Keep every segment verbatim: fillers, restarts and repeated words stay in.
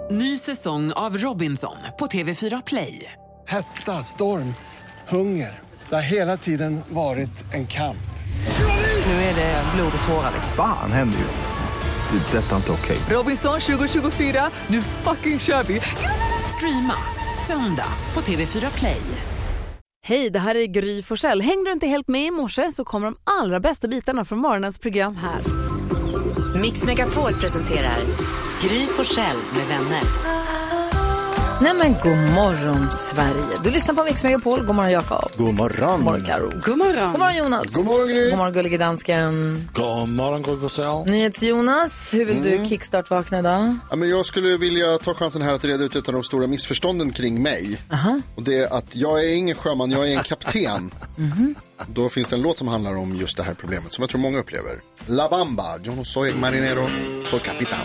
Ny säsong av Robinson på T V fyra Play. Hetta, storm, hunger. Det har hela tiden varit en kamp. Nu är det blod och tårar. Fan händer just det. Det är detta inte okej. Robinson tjugo tjugofyra, nu fucking kör vi. Streama söndag på T V fyra Play. Hej, det här är Gry Forssell. Hängde du inte helt med i morse så kommer de allra bästa bitarna från morgonens program här. Mix Megapol presenterar Gry Forssell med vänner. Nej men god morgon Sverige. Du lyssnar på Mix Megapol. God morgon Jakob. God morgon. God morgon Karo. God morgon. God morgon Jonas. God morgon Gry. God morgon gullige dansken. God morgon, Gry Forssell. Nyhets Jonas, hur vill Mm. du kickstart-vakna idag? Ja, men jag skulle vilja ta chansen här att reda ut ett av de stora missförstånden kring mig. Aha. Och det är att jag är ingen sjöman, jag är en kapten. Mm-hmm. Då finns det en låt som handlar om just det här problemet som jag tror många upplever. La Bamba, yo no soy marinero, soy capitán.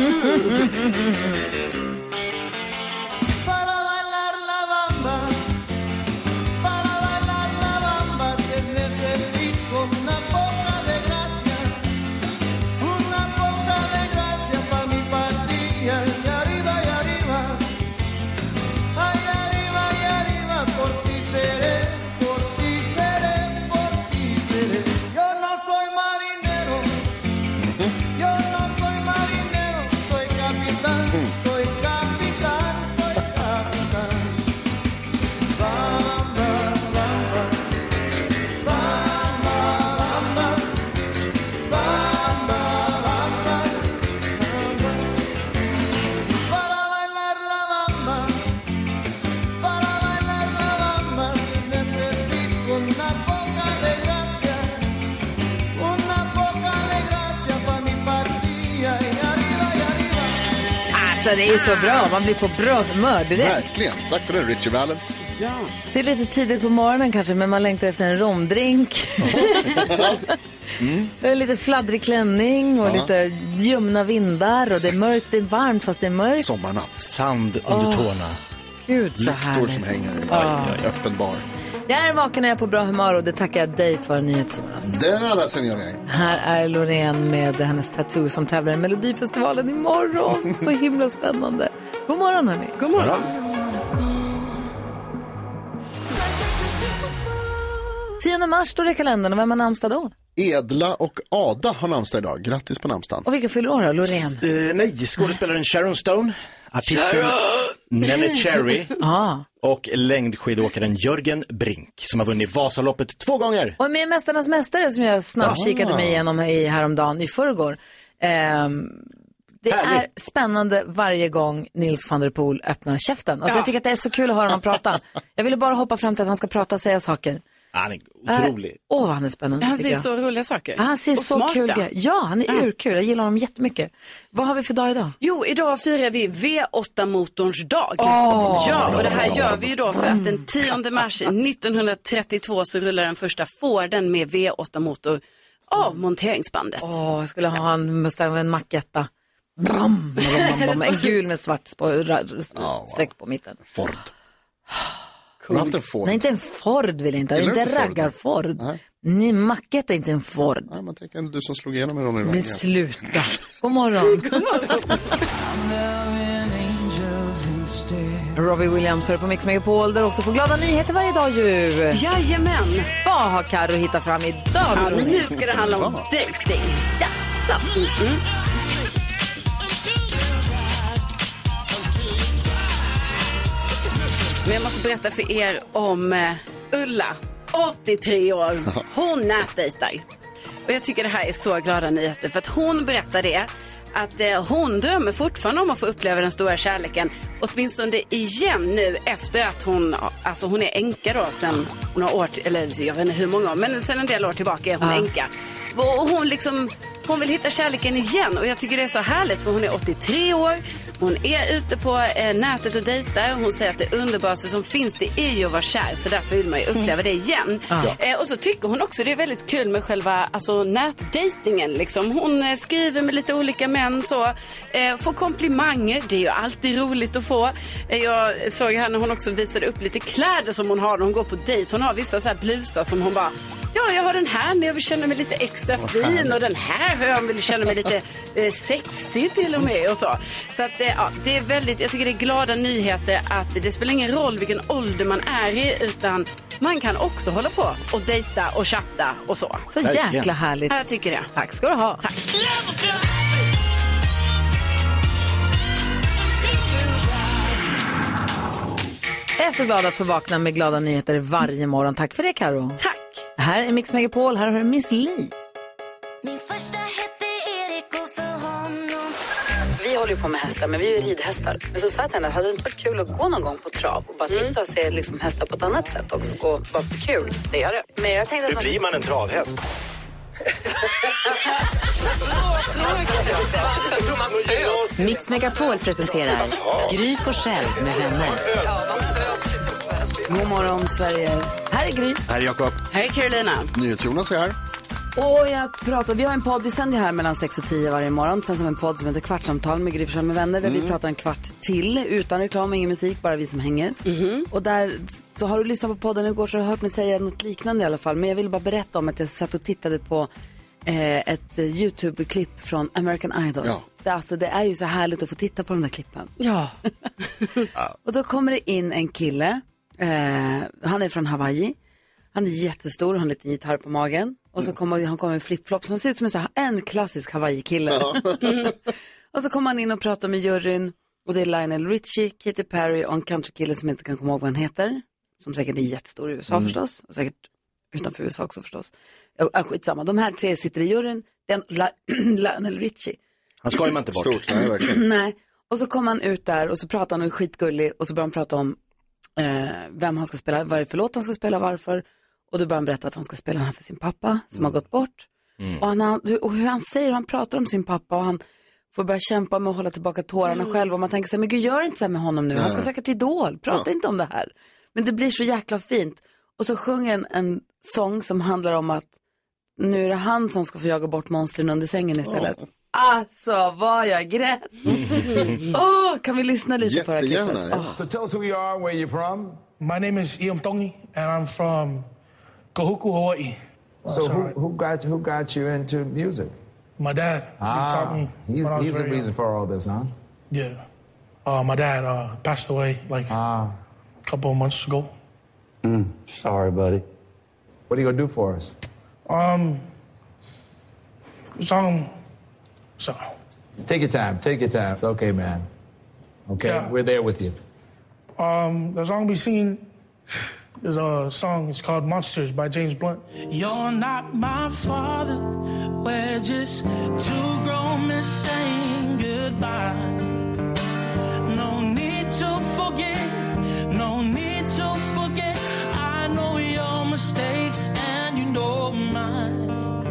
Så det är ju så bra, man blir på bra humör direkt. Verkligen, tack för det Richie Valens. Ja. Det är lite tidigt på morgonen kanske, men man längtar efter en romdrink. mm. Det är lite fladdrig klänning och ja. lite ljumna vindar. Och det är mörkt, det är varmt fast det är mörkt. Sommarnatt. Sand under oh. tårna. Gud så härligt. Lyktor som hänger i oh. öppen bar. Jag är vaken när jag är på bra humör och det tackar jag dig för, Nyhets-Jonas. Den alla seniorer. Här är Loreen med hennes tattoo som tävlar i Melodifestivalen imorgon. Så himla spännande. God morgon hörni. God morgon. tionde mars står det i kalendern och vem har namnsdag då? Edla och Ada har namnsdag idag. Grattis på namnsdagen. Och vilka fyller år då, Loreen? S- uh, nej, skådespelaren Sharon Stone. Artisten Nene Cherry ah. och längdskidåkaren Jörgen Brink som har vunnit Vasaloppet två gånger. Och med Mästarnas mästare som jag snabbkikade mig igenom i häromdagen i förrgår. Um, det Härligt. Är spännande varje gång Nils van der Poel öppnar käften. Alltså ja. Jag tycker att det är så kul att höra honom prata. Jag ville bara hoppa fram till att han ska prata och säga saker. Han är otrolig. Åh, uh, oh, han är spännande. Han säger så roliga saker. Han säger så smarta. Kul grejer. Ja, han är ja. urkul. Jag gillar honom jättemycket. Vad har vi för dag idag? Jo, idag firar vi V åtta-motorns dag. Oh. Ja, och det här gör vi ju då för att den tionde mars nittonhundratrettiotvå så rullar den första Forden med V åtta-motor av monteringsbandet. Åh, oh, jag skulle ha en Mustang med en Macketta. Bram, bram, bram, en gul med svart spår, streck på mitten. Ford. Cool. Har haft en Ford? Nej, inte en Ford vill jag inte. Inte en raggar-Ford. Nej, Macket är inte en Ford. Nej, man tänker du som slog igenom med dem i Men sluta. God morgon. God morgon. Robbie Williams hör på Mix Megapol där också får glada nyheter varje dag ju. Jajamän. Vad har Karo hittat fram idag? Ja, nu ska det handla om dating. Ja, så. Mm-mm. Men jag måste berätta för er om uh, Ulla, åttiotre år. Hon nätdejtar. Och jag tycker det här är så glada nyheter. För att hon berättar det. Att uh, hon drömmer fortfarande om att få uppleva den stora kärleken. Åtminstone igen nu efter att hon, alltså hon är änka då sen några år, eller jag vet inte hur många år, men sen en del år tillbaka är hon ja. änka. Och hon liksom, hon vill hitta kärleken igen och jag tycker det är så härligt för hon är åttiotre år. Hon är ute på eh, nätet och dejtar. Hon säger att det underbaraste som finns det är ju att vara kär. Så därför vill man ju uppleva det igen. Mm. Eh, och så tycker hon också det är väldigt kul med själva alltså, nätdejtingen. Liksom. Hon eh, skriver med lite olika män. Så, eh, får komplimanger. Det är ju alltid roligt att få. Eh, jag såg här när hon också visade upp lite kläder som hon har när hon går på dejt. Hon har vissa så här blusar som hon bara... Ja, jag har den här när jag vill känna mig lite extra fin och den här hör jag vill känna mig lite eh, sexig till och med och så. Så att, eh, ja, det är väldigt, jag tycker det är glada nyheter att det spelar ingen roll vilken ålder man är i, utan man kan också hålla på och dejta och chatta och så. Så jäkla härligt. Ja, jag tycker det. Tack ska du ha. Tack. Jag är så glad att få vakna med glada nyheter varje morgon. Tack för det, Karo. Tack. Här är Mix Megapol. Här har du Miss Li. Min första hette Erik och för honom. Vi håller ju på med hästar, men vi är ju ridhästar. Men så sa jag till henne att hade det inte varit kul att gå någon gång på trav och bara titta mm. och se liksom hästar på ett annat sätt också. Gå bara för kul. Det gör det. Men jag tänkte att Hur man... blir man en travhäst? Mix Megapol presenterar Gry Forssell med vänner. God morgon, Sverige. Här är Gry. Här är Jakob. Här är Carolina. NyhetsJonas är här. Och jag pratar, vi har en podd, vi sänder ju här mellan sex och tio varje morgon. Sen som en podd som heter Kvartsamtal med Gry Forssell med vänner. Där mm. vi pratar en kvart till utan reklam, ingen musik, bara vi som hänger. Mm. Och där, så har du lyssnat på podden igår så har du hört mig säga något liknande i alla fall. Men jag vill bara berätta om att jag satt och tittade på eh, ett YouTube-klipp från American Idol. Ja. Det, alltså, det är ju så härligt att få titta på de där klippen. Ja. Och då kommer det in en kille. Eh, han är från Hawaii. Han är jättestor, han har en liten gitarr på magen. Och så kommer han kommer med flipflops. Han ser ut som en, så här, en klassisk Hawaii-kille. Ja. Och så kommer han in och pratar med juryn. Och det är Lionel Richie, Katy Perry och en countrykille som inte kan komma ihåg vad han heter. Som säkert är jättestor i U S A mm. förstås. Och säkert utanför U S A också förstås. Ja, skitsamma. De här tre sitter i juryn. Den Lionel Richie. Han ska ju man inte bort. Stort, nej, verkligen. Nej. Och så kommer han ut där och så pratar han och är skitgullig. Och så börjar han prata om eh, vem han ska spela, vad är det för låt han ska spela, varför. Och då börjar han berätta att han ska spela den här för sin pappa som mm. har gått bort. Mm. Och, han, och hur han säger, han pratar om sin pappa och han får börja kämpa med att hålla tillbaka tårarna mm. själv. Och man tänker så här, men gud, gör inte så här med honom nu. Han ska söka till Idol, prata ja. inte om det här. Men det blir så jäkla fint. Och så sjunger en, en sång som handlar om att nu är det han som ska få jaga bort monstren under sängen istället. Oh. Alltså, vad jag grät. Åh, oh, kan vi lyssna lite på det här klippet? Ja. Oh. So tell us who you are, where you're from. My name is Iam Tongi and I'm from Kahuku, Hawaii. So who, who got who got you into music? My dad. Ah, he taught me. He's, he's the reason young. for all this, huh? Yeah. Uh, my dad uh, passed away like ah. a couple of months ago. Mm, sorry, buddy. What are you gonna do for us? Um, song. So. Take your time. Take your time. It's okay, man. Okay, yeah. We're there with you. Um, the song we singing is a song. It's called "Monsters" by James Blunt. You're not my father. We're just two grown men saying goodbye. No need to forgive. No need to forget. I know your mistakes and you know mine.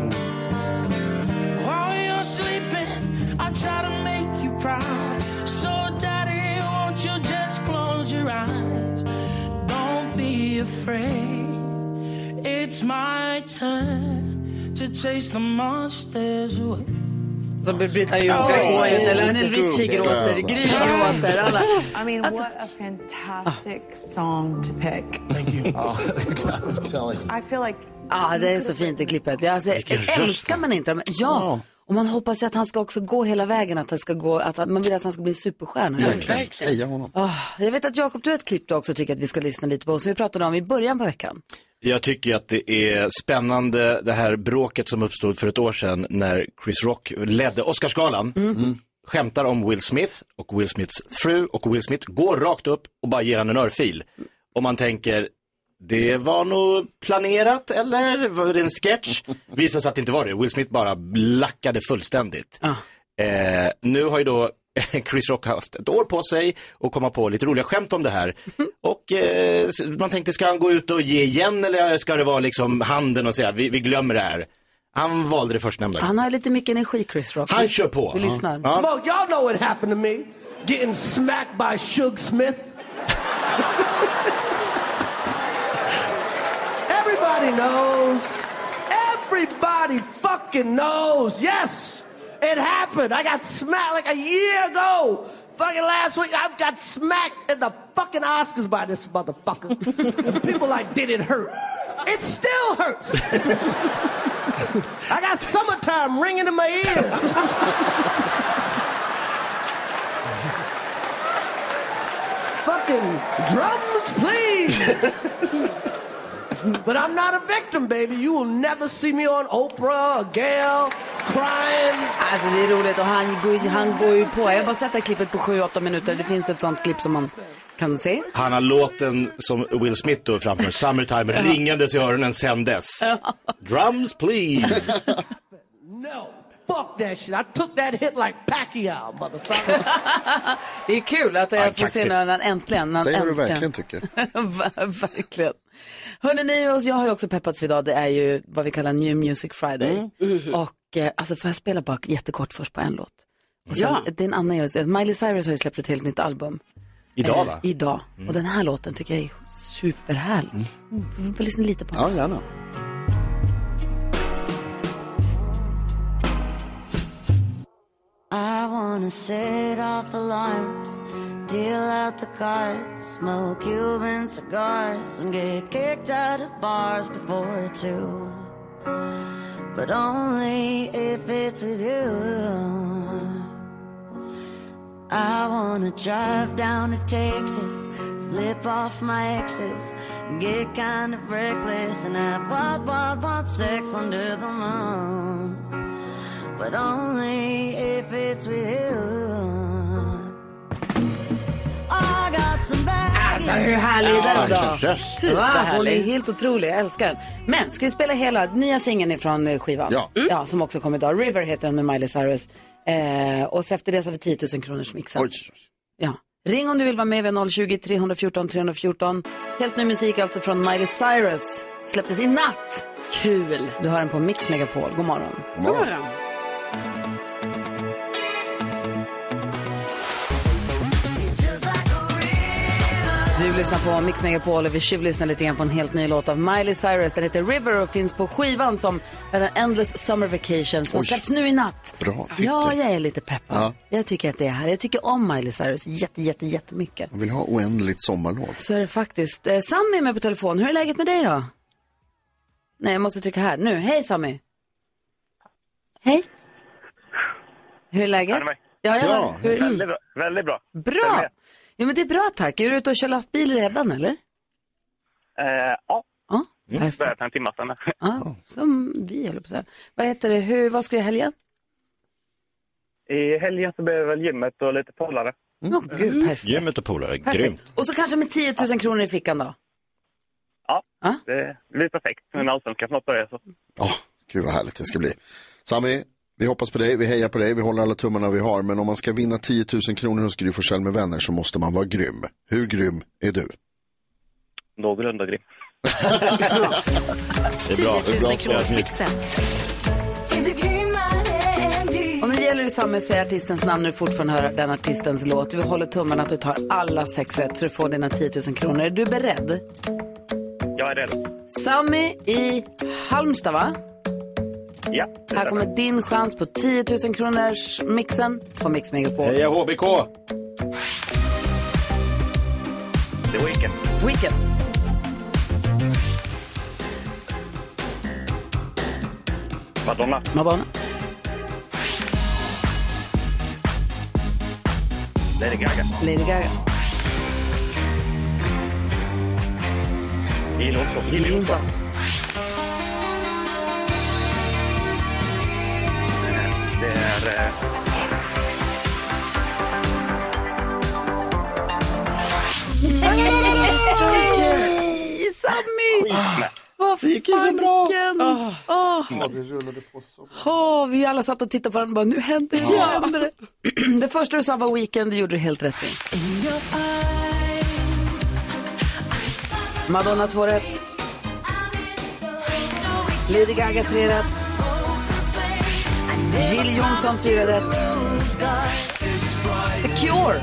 While you're sleeping, I try to make you proud. So, Daddy, won't you just close your eyes? Don't be afraid. It's my turn to chase the monsters away. Så bryter han ju ut, eller en Richie gråter, Gry gråter, alla. I mean, alltså, what a fantastic song to pick. Thank you. I feel like... Ja, ah, det är så fint i klippet. Jag, alltså, jag älskar man inte dem. Ja, och man hoppas ju att han ska också gå hela vägen, att han ska gå, att man vill att han ska bli en superstjärna. Ja, verkligen. Oh, jag vet att Jakob, du har ett klipp du också tycker att vi ska lyssna lite på, som vi pratade om i början på veckan. Jag tycker att det är spännande det här bråket som uppstod för ett år sedan när Chris Rock ledde Oscarsgalan. Mm. Mm. Skämtar om Will Smith och Will Smiths fru, och Will Smith går rakt upp och bara ger han en örfil. Och man tänker, det var nog planerat eller var det en sketch? Visade sig att det inte var det. Will Smith bara lackade fullständigt. Ah. Eh, nu har ju då Chris Rock haft ett år på sig och komma på lite roliga skämt om det här. Och eh, man tänkte, ska han gå ut och ge igen eller ska det vara liksom handen och säga, vi, vi glömmer det här. Han valde det förstnämnda. Han har lite mycket energi, Chris Rock. Han kör på. Vi lyssnar. Uh-huh. Smoke, y'all know what happened to me. Getting smacked by Suge Smith. Everybody knows. Everybody fucking knows. Yes. It happened. I got smacked like a year ago. Fucking last week, I got smacked in the fucking Oscars by this motherfucker. And people like, did it hurt? It still hurts. I got summertime ringing in my ear. Fucking drums, please. But I'm not a victim, baby. You will never see me on Oprah or Gail crying. Alltså det är roligt och han går, han går ju på. Jag har bara sett det klippet på sju åtta minuter. Det finns ett sånt klipp som man kan se. Han har låten som Will Smith då framför Summertime ringandes i öronen sen dess. Drums, please. No. Fuck that shit. I took that hit like Pacquiao, motherfucker. Det är kul att jag får se när han äntligen. Säg vad du verkligen tycker. Verkligen. Hörrni, ni och jag har ju också peppat för idag. Det är ju vad vi kallar New Music Friday. Mm. Mm. Och eh, alltså får jag spela bara jättekort först på en låt. Och sen, ja. Det är en annan jag vill Miley Cyrus har ju släppt ett helt nytt album. Idag va? Eh, idag. Mm. Och den här låten tycker jag är superhärlig. Mm. Vi får lyssna lite på den. Ja, gärna. I wanna set off alarms, deal out the cards, smoke Cuban cigars, and get kicked out of bars before two. But only if it's with you. I wanna drive down to Texas, flip off my exes, get kind of reckless, and have wild, wild, wild sex under the moon. But only if it's with you. I got some bags. Alltså hur härlig är den Ja, då? Superhärlig. Hon är helt otrolig, jag älskar den. Men ska vi spela hela nya singeln ifrån skivan? Ja. Mm. Ja, som också kommer idag. River heter den med Miley Cyrus. Eh, och så efter det så har vi tio tusen kronors mixen. Oj. Ja. Ring om du vill vara med vid noll tjugo, tre fjorton, tre fjorton. Helt ny musik alltså från Miley Cyrus. Släpptes i natt. Kul. Du har den på Mix Megapol. God morgon. God morgon. God morgon. Du lyssnar på Mix Megapol och vi tjuvlyssnar lite grann på en helt ny låt av Miley Cyrus. Den heter River och finns på skivan som Endless Summer Vacation som släpps nu i natt. Bra titel. Ja, jag är lite peppad. Ja. Jag tycker att det är här. Jag tycker om Miley Cyrus jätte, jätte, jättemycket. Man vill ha oändligt sommarlov. Så är det faktiskt. Eh, Sammy är med på telefon. Hur är läget med dig då? Nej, jag måste trycka här. Nu, hej Sammy. Hej. Hur är läget? Hör ni mig? Ja, ja. Ja. Hur... Väldigt bra. Väldigt bra. Bra. Ja, men det är bra tack. Är du ute och kör lastbil redan eller? Eh, ja. Ja, Mm, perfekt. börjat en timme sedan. Ja, som vi håller på att säga. Vad heter det? Hur, vad ska du i helgen? I helgen så blir det väl gymmet och lite polare. Åh mm. oh, gud, perfekt. Gymmet och polare, Perfekt. grymt. Och så kanske med tio tusen kronor i fickan då? Ja, ah? det blir perfekt. Men allsvenskan snart börjar så. Ja, oh, gud vad härligt det ska bli. Sami, vi hoppas på dig, vi hejar på dig, vi håller alla tummarna vi har. Men om man ska vinna tio tusen kronor hos Gry Forssell med vänner så måste man vara grym. Hur grym är du? Någorlunda grym. Det är bra. tio tusen kronors mixen. Och nu gäller det samma att säga artistens namn när du fortfarande hör den artistens låt. Vi håller tummarna att du tar alla sex rätt så du får dina tio tusen kronor. Är du beredd? Jag är rädd. Sammy i Halmstad, va? Ja. Här kommer din chans på tio tusen kronors mixen på Mix Megapol. Heja H B K! Det är Weekend. Weekend. Madonna. Madonna. Lady Gaga. Lady Gaga. Jill Johnson. Jill Johnson. Det är... Eh... Nej, Sammy! Vad det gick ju så bra. Oh. Oh. Ja, det rullade på så bra. Oh, vi alla satt och tittade på den och bara, nu händer det, nu händer det. Det första du sa var Weekend, det gjorde du helt rätt i. Madonna två rätt. Lady Gaga tre rätt. Jill Johnson fyra rätt. The Cure.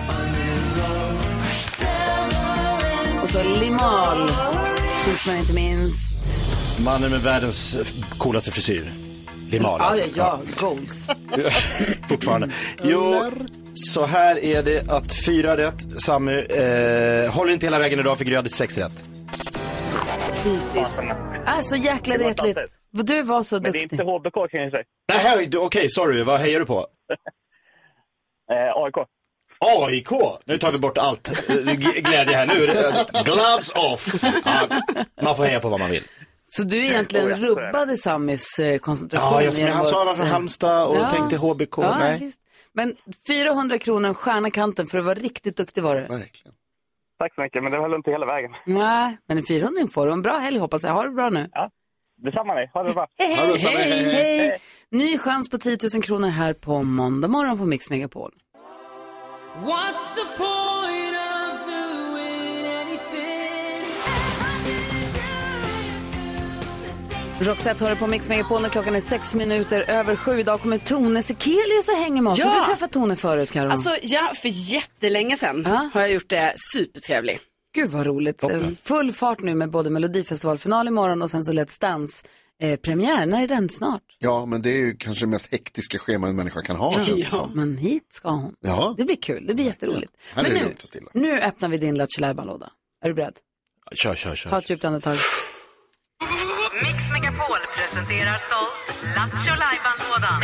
Och så Limahl. Sist men inte minst. Mannen med världens coolaste frisyr. Limahl ja, alltså. Ja, goals. Fortfarande. Jo, så här är det att fyra rätt. Sammy eh, håller inte hela vägen idag för Gry hade sex rätt. Typiskt. Alltså jäkla retligt. Du var så Men duktig. det är inte H B K kan jag säga. Nej, okej, okay, sorry. Vad hejar du på? eh, A I K. A I K? Nu tar vi bort allt G- glädje här. Nu är det gloves off. Ja, man får heja på vad man vill. Så du egentligen rubbade Sammys eh, koncentration? Ja, jag, men han sa att han var från säga. Halmstad och Ja. tänkte H B K. Ja, Nej. visst. Men fyrahundra kronor stjärna kanten för att vara riktigt duktig var det. Verkligen. Tack så mycket, men det höll inte hela vägen. Nej, men en fyrahundra får du. En bra helg hoppas jag. Ha det bra nu. Ja, detsamma dig. Ha det bra. Hej, Ha det hej, detsamma. hej, Hej, hej. hej. Ny chans på tio tusen kronor här på måndag morgon på Mix Megapol. What's the point of doing anything? Roxette hör på Mix Megapol när klockan är sex minuter över sju. Idag kommer Tone Sekelius och hänger med oss. Ja. Har du träffat Tone förut, Karo? Alltså, ja, för jättelänge sedan har jag gjort det supertrevligt. Gud vad roligt. Full fart nu med både Melodifestivalfinal imorgon och sen så Let's Dance eh, premiär. När är den snart? Ja, men det är ju kanske det mest hektiska schema en människa kan ha, känns det Ja, som. men hit ska hon. Ja. Det blir kul, det blir jätteroligt. Här är Men det nu, lugnt och stilla. nu öppnar vi din Lattjo Lajban-låda. Är du beredd? Kör, kör, kör. Ta ett djupt andetag. Mix Megapol presenterar stolt Lattjo Lajban-lådan.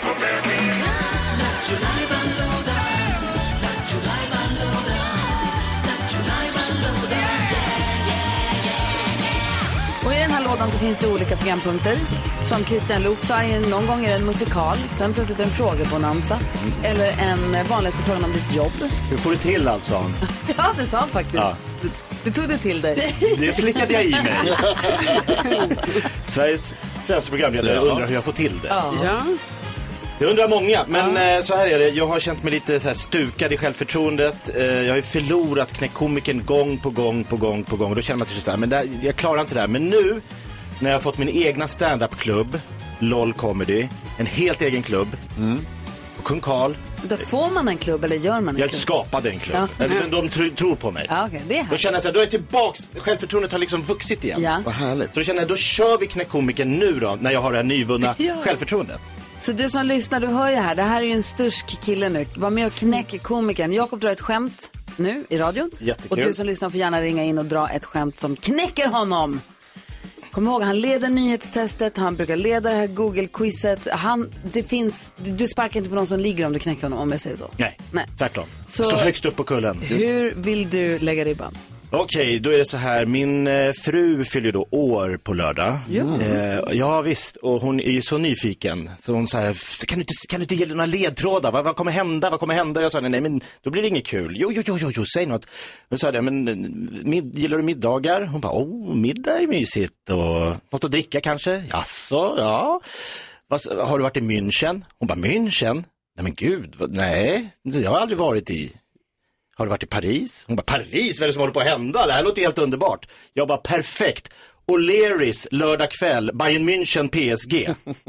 Och i den här lådan så finns det olika programpunkter. Som Christian Luuk sa, någon gång är det en musikal. Sen plötsligt en frågebonanza. Eller en vanligaste frågan om ditt jobb. Hur får du till allt, sa han? Ja, det sa han faktiskt. Ja. Det tog du till dig. Det slickade jag i mig. Sveriges främsta programledare undrar hur jag får till det. Ja. Ja. Det undrar många, men ja. Så här är det. Jag har känt mig lite så här stukad i självförtroendet. Jag har ju förlorat knäckkomikern gång på gång på gång på gång. Och då känner man sig så här, men det här, jag klarar inte det här. Men nu, när jag har fått min egna stand-up-klubb, L O L Comedy, en helt egen klubb, mm. och Kung Karl. Då får man en klubb eller gör man en jag klubb? Jag skapade en klubb. Ja. Men de tr- tror på mig. Ja, okay. Det är här. Då känner jag så här, då är jag tillbaks. Självförtroendet har liksom vuxit igen. Ja. Vad härligt. Så då känner jag, då kör vi knäckkomikern nu då, när jag har det här nyvunna Ja. självförtroendet. Så du som lyssnar, du hör ju här, det här är ju en stursk kille nu. Var med och knäck komikern. Jakob drar ett skämt nu i radion. Jättekul. Och du som lyssnar får gärna ringa in och dra ett skämt som knäcker honom. Kom ihåg, han leder nyhetstestet, han brukar leda det här Google-quizet. Han, det finns, du sparkar inte på någon som ligger om du knäcker honom, om jag säger så. Nej, Nej. tvärtom. Så- Stå högst upp på kullen. Hur vill du lägga ribban? Okej, då är det så här. Min eh, fru fyller ju då år på lördag. Ja. Eh, ja, visst. Och hon är ju så nyfiken. Så hon säger, kan du inte, kan du inte ge några ledtrådar? Vad, vad kommer hända? Vad kommer hända? Jag sa, nej, nej, men då blir det inget kul. Jo, jo, jo, jo, jo säg något. Då sa jag, men mid, gillar du middagar? Hon bara, oh, middag är mysigt. Och något att dricka kanske? Jaså, ja. Vad, har du varit i München? Hon bara, München? Nej, men gud, vad, nej. Jag har aldrig varit i... Har du varit i Paris? Hon bara, Paris? Vad är det som håller på att hända? Det här låter helt underbart. Jag bara, perfekt. O'Learys lördag kväll, Bayern München P S G.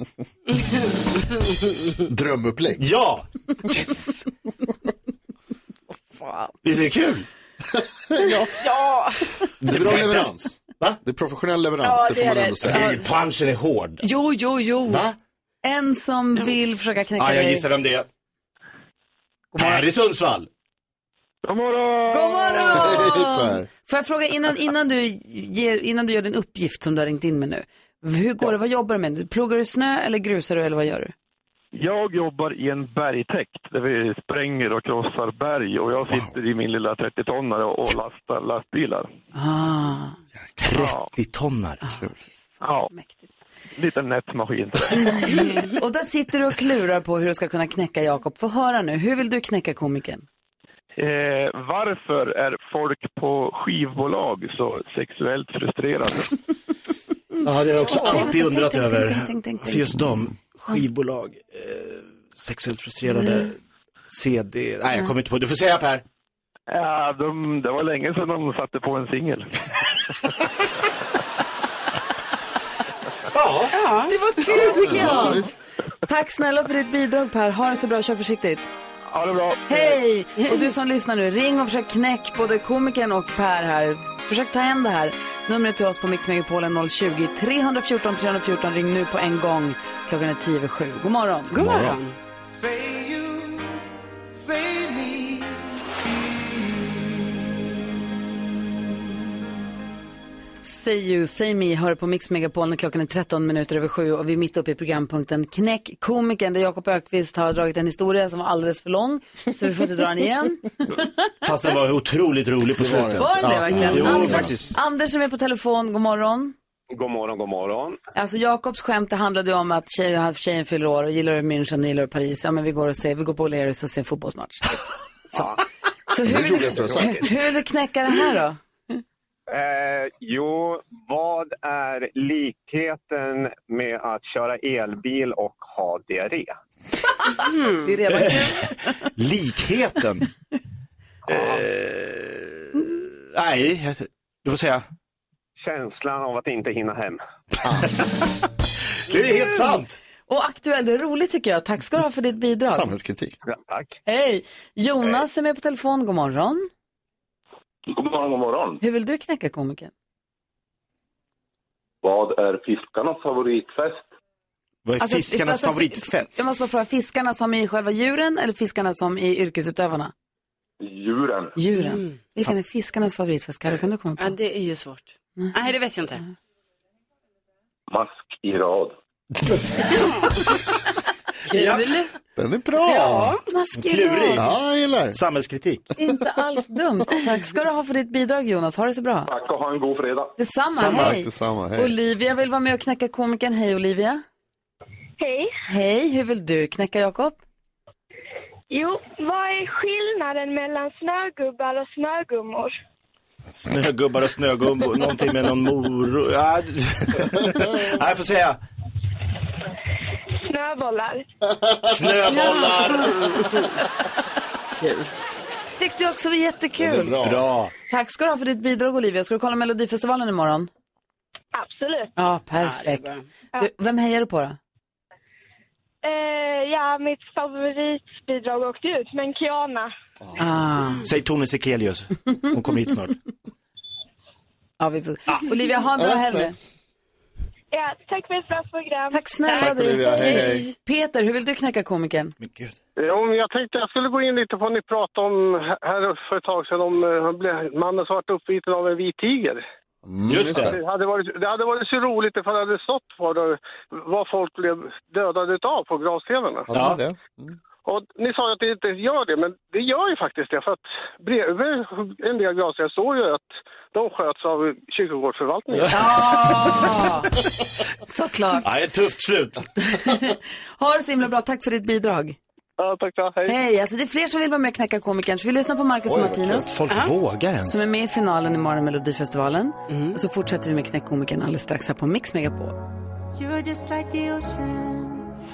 Drömupplägg. Ja! Yes! Visst är det kul? Ja. ja. Det är bra leverans. Va? Det är professionell leverans, Ja, det det får man är ändå det. säga. Ja. Punchen är hård. Jo, jo, jo. Va? En som vill försöka knäcka Ja, jag dig. gissar vem det är. Här i Sundsvall. God morgon! God morgon! Hej, Per. Får jag fråga, innan, innan, du ger, innan du gör din uppgift som du har ringt in med nu. Hur går det? Vad jobbar du med? Pluggar du snö eller grusar du eller vad gör du? Jag jobbar i en bergtäkt där vi spränger och krossar berg och jag sitter i min lilla trettio-tonnare och lastar lastbilar. Ah. trettio-tonnare. Ah, Ja, mäktigt. liten nätmaskin. Mm. Och där sitter du och klurar på hur du ska kunna knäcka Jakob. Få höra nu, hur vill du knäcka komikern? Eh, varför är folk på skivbolag så sexuellt frustrerade? Ja, det har jag också Tänk, alltid tänk, undrat tänk, över. tänk, tänk, tänk, tänk. För just de, skivbolag, eh, sexuellt frustrerade, Mm. C D. Nej, jag kommer inte på. Du får säga, Per. Ja, de, det var länge sedan de satte på en singel. Ja. Det var kul tycker jag. Tack snälla för ditt bidrag Per. Ha det så bra, kör försiktigt. Ja, det är bra. Hej! Och du som lyssnar nu, ring och försök knäck både komikern och Per här. Försök ta hem det här. Numret till oss på Mix Megapolen noll tjugo, tre fjorton, tre fjorton. Ring nu på en gång. Klockan är tio över sju. God morgon. God morgon. Say you, say me. Say You, Say Me hör på Mix Megapol när klockan är tretton minuter över sju och vi är mitt uppe i programpunkten Knäck komikern där Jakob Ökvist har dragit en historia som var alldeles för lång så vi får inte dra den igen. Fast den var otroligt rolig på slutet. Var den det verkligen? Jo, Anders, faktiskt. Anders som är på telefon, god morgon. God morgon, god morgon. Alltså Jakobs skämt det handlade ju om att tjej, tjejen fyller år och gillar München och gillar Paris. Ja men vi går och ser, vi går på O'Learys och ser en fotbollsmatch. Så, så hur, vill du, hur, hur vill du knäcka det här då? Eh, jo, vad är likheten med att köra elbil och ha diarré? Mm. Det är redan kul. Likheten? eh, nej, du får säga. Känslan av att inte hinna hem. Det är helt sant. Och aktuellt, det är roligt tycker jag. Tack ska du ha för ditt bidrag. Samhällskritik. Ja, tack. Hej, Jonas är med på telefon, god morgon. God morgon, god morgon. Hur vill du knäcka komikern? Vad är fiskarnas favoritfest? Vad är Alltså, fiskarnas alltså, favoritfett? Jag måste bara fråga, fiskarna som i själva djuren eller fiskarna som i yrkesutövarna? Djuren. Djuren. Mm. Vilken är fiskarnas favoritfest? Kan du komma på? Ja, det är ju svårt. Mm. Nej, det vet jag inte. Mask i rad. Ja. Den är bra. Ja, mask i Klurig. rad. Ja, jag gillar. Samhällskritik. Inte alls dumt. Tack ska du ha för ditt bidrag Jonas. Ha det så bra. Tack och ha en god fredag. Detsamma, Samma. hej. Tack, detsamma, hej. Olivia vill vara med och knäcka komikern. Hej Olivia. Hej. Hej, hur vill du knäcka Jakob? Jo, vad är skillnaden mellan snögubbar och snögummor? Snögubbar och snögummor. Någonting med någon moro. Ja, nej, jag får säga. Snöbollar. Snöbollar. Kul. Tyckte jag också var jättekul. Bra. Bra. Tack ska du ha för ditt bidrag Olivia. Ska du kolla Melodifestivalen imorgon? Absolut. Ja, perfekt. Du, vem hejar du på då? Eh, ja, mitt favoritbidrag åkte ut, men Kiana. Ah. Säg Tone Sekelius. Hon kommer hit snart. Ja, vi får... ah. Olivia, ha en bra helg. Ja, tack för ett bra program. Tack snälla. Tack, Olivia. Hej, hej. Peter, hur vill du knäcka komikern? Men gud. Jo, jag tänkte jag skulle gå in lite på vad ni pratade om här för ett tag sedan om uh, mannen som varit uppviten av en vit tiger. Mm, just det. Det hade, varit, det hade varit så roligt ifall det hade stått på det, vad folk blev dödade av på gravstenarna. Ja, det. Mm. Och ni sa att det inte gör det, men det gör ju faktiskt det. För att bredvid en del gravstenar står ju att de sköts av kyrkogårdsförvaltningen. Ja! Såklart. Ja, det är ett tufft slut. Ha det så himla bra, tack för ditt bidrag. Ja, tack, tack. Hej. Hej, alltså det är fler som vill vara med och knäcka komikern. Så vi lyssnar på Marcus och Martinus. Folk Aha. vågar ens. Som är med i finalen imorgon i Melodifestivalen. Mm. Och så fortsätter vi med knäckkomikern alldeles strax här på Mix Megapol. You're just like the ocean.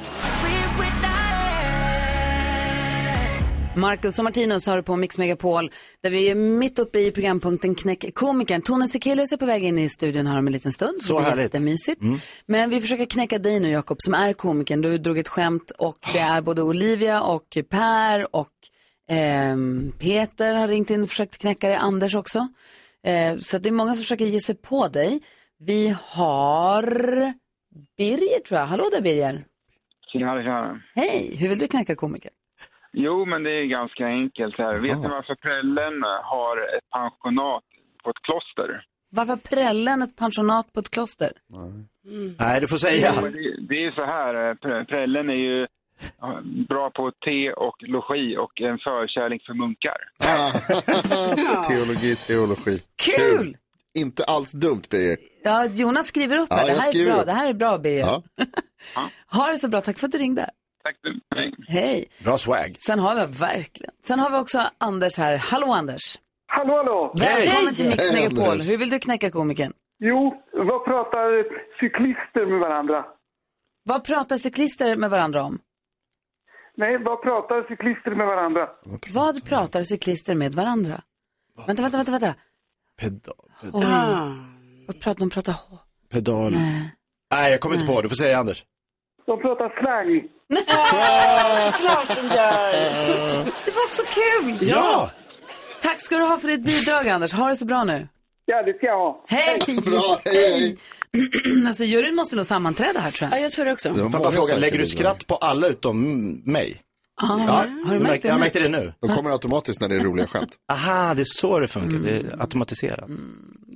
Marcus och Martinus har på Mix Megapol där vi är mitt uppe i programpunkten Knäck komikern. Tone Sekelius är på väg in i studion här om en liten stund. Så härligt. Jättemysigt. Mm. Men vi försöker knäcka dig nu Jakob som är komikern. Du drog ett skämt och det är både Olivia och Per och eh, Peter har ringt in och försökt knäcka det. Anders också. Eh, så det är många som försöker ge sig på dig. Vi har Birger tror jag. Hallå där Birger. Tjena, tjena. Hej, hur vill du knäcka komikern? Jo, men det är ganska enkelt här. Vet ni varför prällen har ett pensionat på ett kloster? Varför prällen ett pensionat på ett kloster? Mm. Nej, du får säga. Jo, det, det är så här, prällen är ju bra på te och logi och en förkärlek för munkar. Teologi, teologi. Kul! Kul! Inte alls dumt, Birger. Ja, Jonas skriver upp här. Ja, det, här är bra. Upp. det här är bra, Birger. Ja. Ha det så bra. Tack för att du ringde. Tack du. Hej. Hej. Bra swag. Sen har vi verkligen. Sen har vi också Anders här. Hallå Anders. Hallå, hallå. Välkommen till Mix Megapol. Hur vill du knäcka komikern? Jo, vad pratar cyklister med varandra? Vad pratar cyklister med varandra om? Nej, vad pratar cyklister med varandra? Vad pratar cyklister med varandra? Vad? Vänta, vänta, vänta, vänta. Pedal. pedal. Ah. Vad pratar de? Pratar pedal. Nej. Nej, jag kommer inte på. Du får säga Anders. De pratar slang. Nej, såklart de gör. Det var också kul. Ja. Tack ska du ha för ditt bidrag, Anders. Ha det så bra nu. Ja, det ska jag ha. Hej. Bra, hej. Alltså, juryn måste nog sammanträda här, tror jag. Ja, jag tror det också. Det var fråga, lägger du skratt på alla utom mig? Ah, ja, har du märkt det? Jag märkte det nu. De kommer automatiskt när det är roliga skämt. Aha, det är så det funkar. Mm. Det är automatiserat. Mm.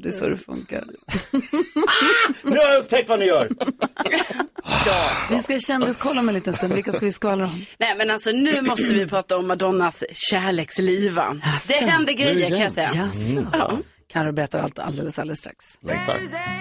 Det är så det funkar. Nu har jag upptäckt vad ni gör. Ja, vi ska kändiskolla med en liten stund. Vilka ska vi skvallra om? Nej, men alltså nu måste vi prata om Madonnas kärleksliv. Jaså. Det händer grejer kan jag säga. Jaså. Ja. Kan du berätta allt alldeles, alldeles strax. Längtar.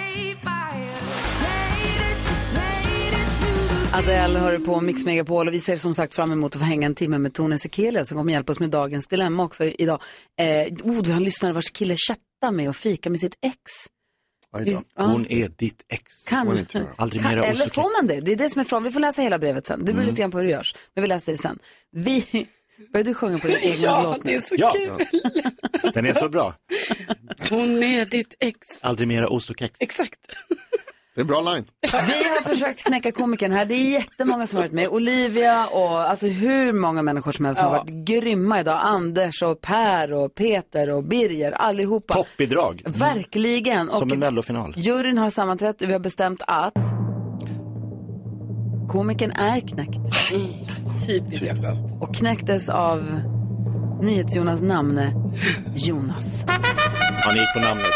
Adele hör på Mix Megapol och vi ser som sagt fram emot att få hänga en timme med Tone Sekelius som kommer hjälpa oss med dagens dilemma också idag. Eh, oh, vi har en lyssnare vars kille chattar med och fika med sitt ex. Vi, ja. Hon är ditt ex. Kan, Aldrig kan, mera eller får man det? Det är det som är frågan. Vi får läsa hela brevet sen. Det beror mm. lite grann på hur det görs. Men vi läser det sen. Vi... Börjar du sjunga på din egen ja, låt nu? Det är så ja, kul. Ja. Den är så bra. Hon är ditt ex. Aldrig mera ost och kex. Exakt. Det är en bra line. Vi har försökt knäcka komikern här. Det är jättemånga som har varit med. Olivia och alltså hur många människor som helst ja. har varit grymma idag. Anders och Per och Peter och Birger, allihopa. Toppbidrag. Mm. Verkligen. Som en mellofinal. Juryn har sammanträtt och vi har bestämt att komikern är knäckt. Mm. Typiskt Jakob. Och knäcktes av NyhetsJonas namne Jonas. Han gick på namnet.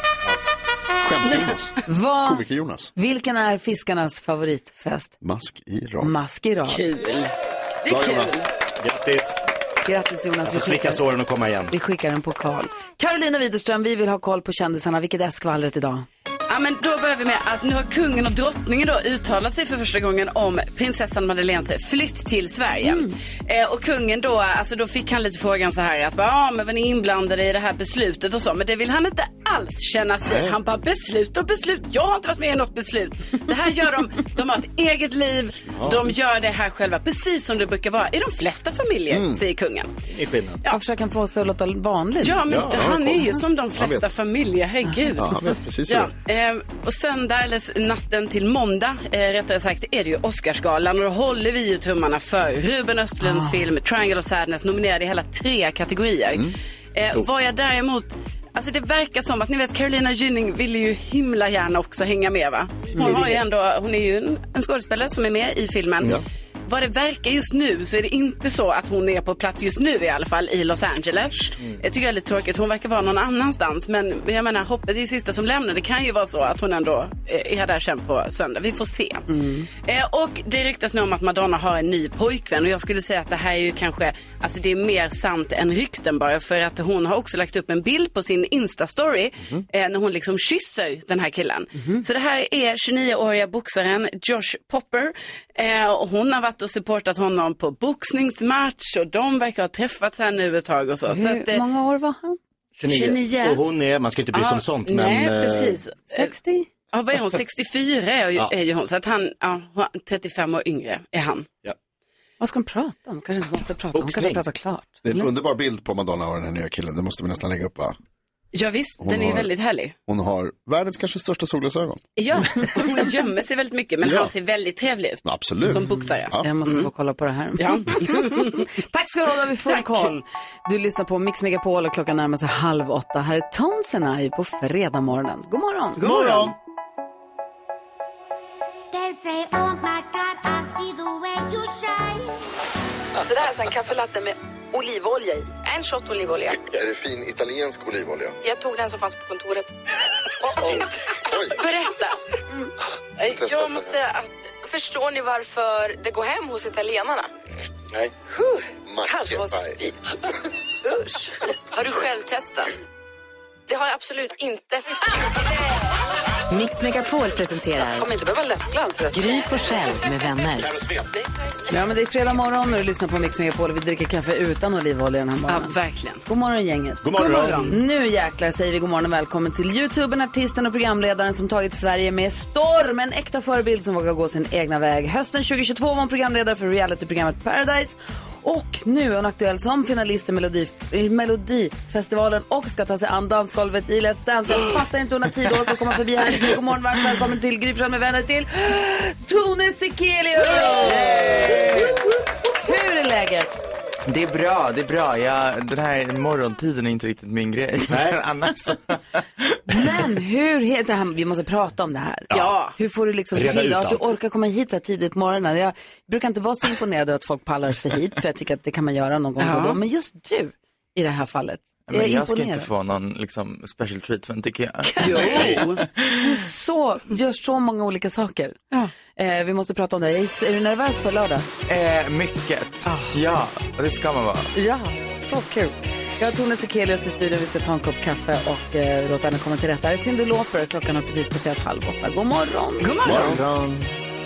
Skämt-Jonas. Vad, Komiker-Jonas. Vilken är fiskarnas favoritfest? Mask i rad. Mask i rad. Kul. Det är Bra, kul. Jonas. Grattis. Grattis Jonas. Vi slicka såren och komma igen. Vi skickar en pokal. Carolina Widerström, vi vill ha koll på kändisarna. Vilket är skvallret idag? Ja, men då börjar vi med att nu har kungen och drottningen då uttalat sig för första gången om prinsessan Madeleines flytt till Sverige. Mm. Eh, och kungen då, alltså då fick han lite frågan så här att ja, men var ni inblandade i det här beslutet och så, men det vill han inte alls kännas vid. Han bara beslut och beslut. Jag har inte varit med i något beslut. Det här gör de, de har ett eget liv. Ja. De gör det här själva, precis som det brukar vara i de flesta familjer, mm. säger kungen. Det är skillnad. Ja. Försöker han få sig att låta vanligt. Ja, men ja, han ja, är ju som de flesta familjer, herregud. Ja, han vet precis ja. Eh, och söndag, eller natten till måndag, eh, rättare sagt, är det ju Oscarsgalan. Och då håller vi ju tummarna för Ruben Östlunds ah. film Triangle of Sadness, nominerad i hela tre kategorier. Mm. Eh, var jag däremot... Alltså det verkar som att, ni vet, Carolina Gynning ville ju himla gärna också hänga med, va? Hon, mm. har ju ändå, hon är ju en, en skådespelare som är med i filmen. Ja. Vad det verkar just nu så är det inte så att hon är på plats just nu i alla fall i Los Angeles. Mm. Jag tycker det är lite tråkigt. Hon verkar vara någon annanstans. Men jag menar, hoppet är det sista som lämnar. Det kan ju vara så att hon ändå är där sen på söndag. Vi får se. Mm. Eh, och det ryktas nu om att Madonna har en ny pojkvän. Och jag skulle säga att det här är ju kanske, alltså det är mer sant än rykten bara. För att hon har också lagt upp en bild på sin Insta-story. Mm. Eh, när hon liksom kysser den här killen. Mm. Så det här är tjugonioåriga boxaren Josh Popper. Eh, och hon har varit och supportat honom på boxningsmatch och de verkar ha träffats här nu ett tag och så. Hur så att, eh, många år var han? tjugonio. tjugonio. Och hon är, man ska inte bry sig ah, om sånt. Nej, men, precis. sextio? Ja, vad är hon? sextiofyra är ju, ja. är ju hon. Så att han, ja, trettiofem år yngre är han. Ja. Vad ska hon prata om? Kanske inte måste prata om. Hon ska prata klart. Det är en underbar bild på Madonna och den här nya killen. Det måste vi nästan lägga upp, va? Ja visst, hon den är ju väldigt härlig. Hon har världens kanske största solglasögon. Ja, hon gömmer sig väldigt mycket. Men ja. han ser väldigt trevlig ut. Absolut. Som boxare. Ja. Jag måste mm. få kolla på det här. Ja. Tack ska du ha, vi får koll. Du lyssnar på Mix Megapol och klockan närmar sig halv åtta. Här är Tonsenai på fredag morgonen. God morgon. God morgon. Alltså det här är så en kaffelatte med olivolja i. En shot olivolja. Är det fin italiensk olivolja? Jag tog den som fanns på kontoret. Oh, oh. Berätta. Mm. Testa, jag testa. måste säga att, förstår ni varför det går hem hos italienarna? Nej. Kanske måste vi. Usch. Har du själv testat? Det har jag absolut inte. Mix Megapol presenterar. Jag kommer inte behöva läppglans. Gry Forssell med vänner. Ja, men det är fredag morgon och du lyssnar på Mix Megapol och vi dricker kaffe utan olivolja den här morgonen. Ja, verkligen. God morgon gänget. God morgon. God morgon. Nu jäklar säger vi god morgon och välkommen till YouTubern, artisten och programledaren som tagit Sverige med storm. En äkta förebild som vågar gå sin egna väg. Hösten tjugohundratjugotvå var hon programledare för realityprogrammet Paradise. Och nu är hon aktuell som finalist i Melodi, Melodifestivalen och ska ta sig an dansgolvet i Let's Dance. Jag fattar inte hon har tid att orka komma förbi här. God morgon, varmt välkommen till Gry Forssell med vänner till Tone Sekelius! Hur är läget? Det är bra, det är bra. Jag, den här morgontiden är inte riktigt min grej. Nej. Annars. Men hur heter han? Vi måste prata om det här. Ja. Hur får du liksom tid att du orkar komma hit så tidigt på morgonen? Jag brukar inte vara så imponerad av att folk pallar sig hit, för jag tycker att det kan man göra någon gång. Ja. Då. Men just du i det här fallet. Men jag, jag ska inte få någon liksom, special treatment tycker jag. Jo, du så, gör så många olika saker. Ja. Eh, vi måste prata om det. Är du nervös för lördag? Eh, mycket. Ah. Ja, det ska man vara. Ja, så kul. Jag har Tone Sekelius i studion. Vi ska ta en kopp kaffe och eh, låta henne komma till rätta. Det är Cyndi Lauper. Klockan har precis passerat halv åtta. God morgon. God morgon. God morgon.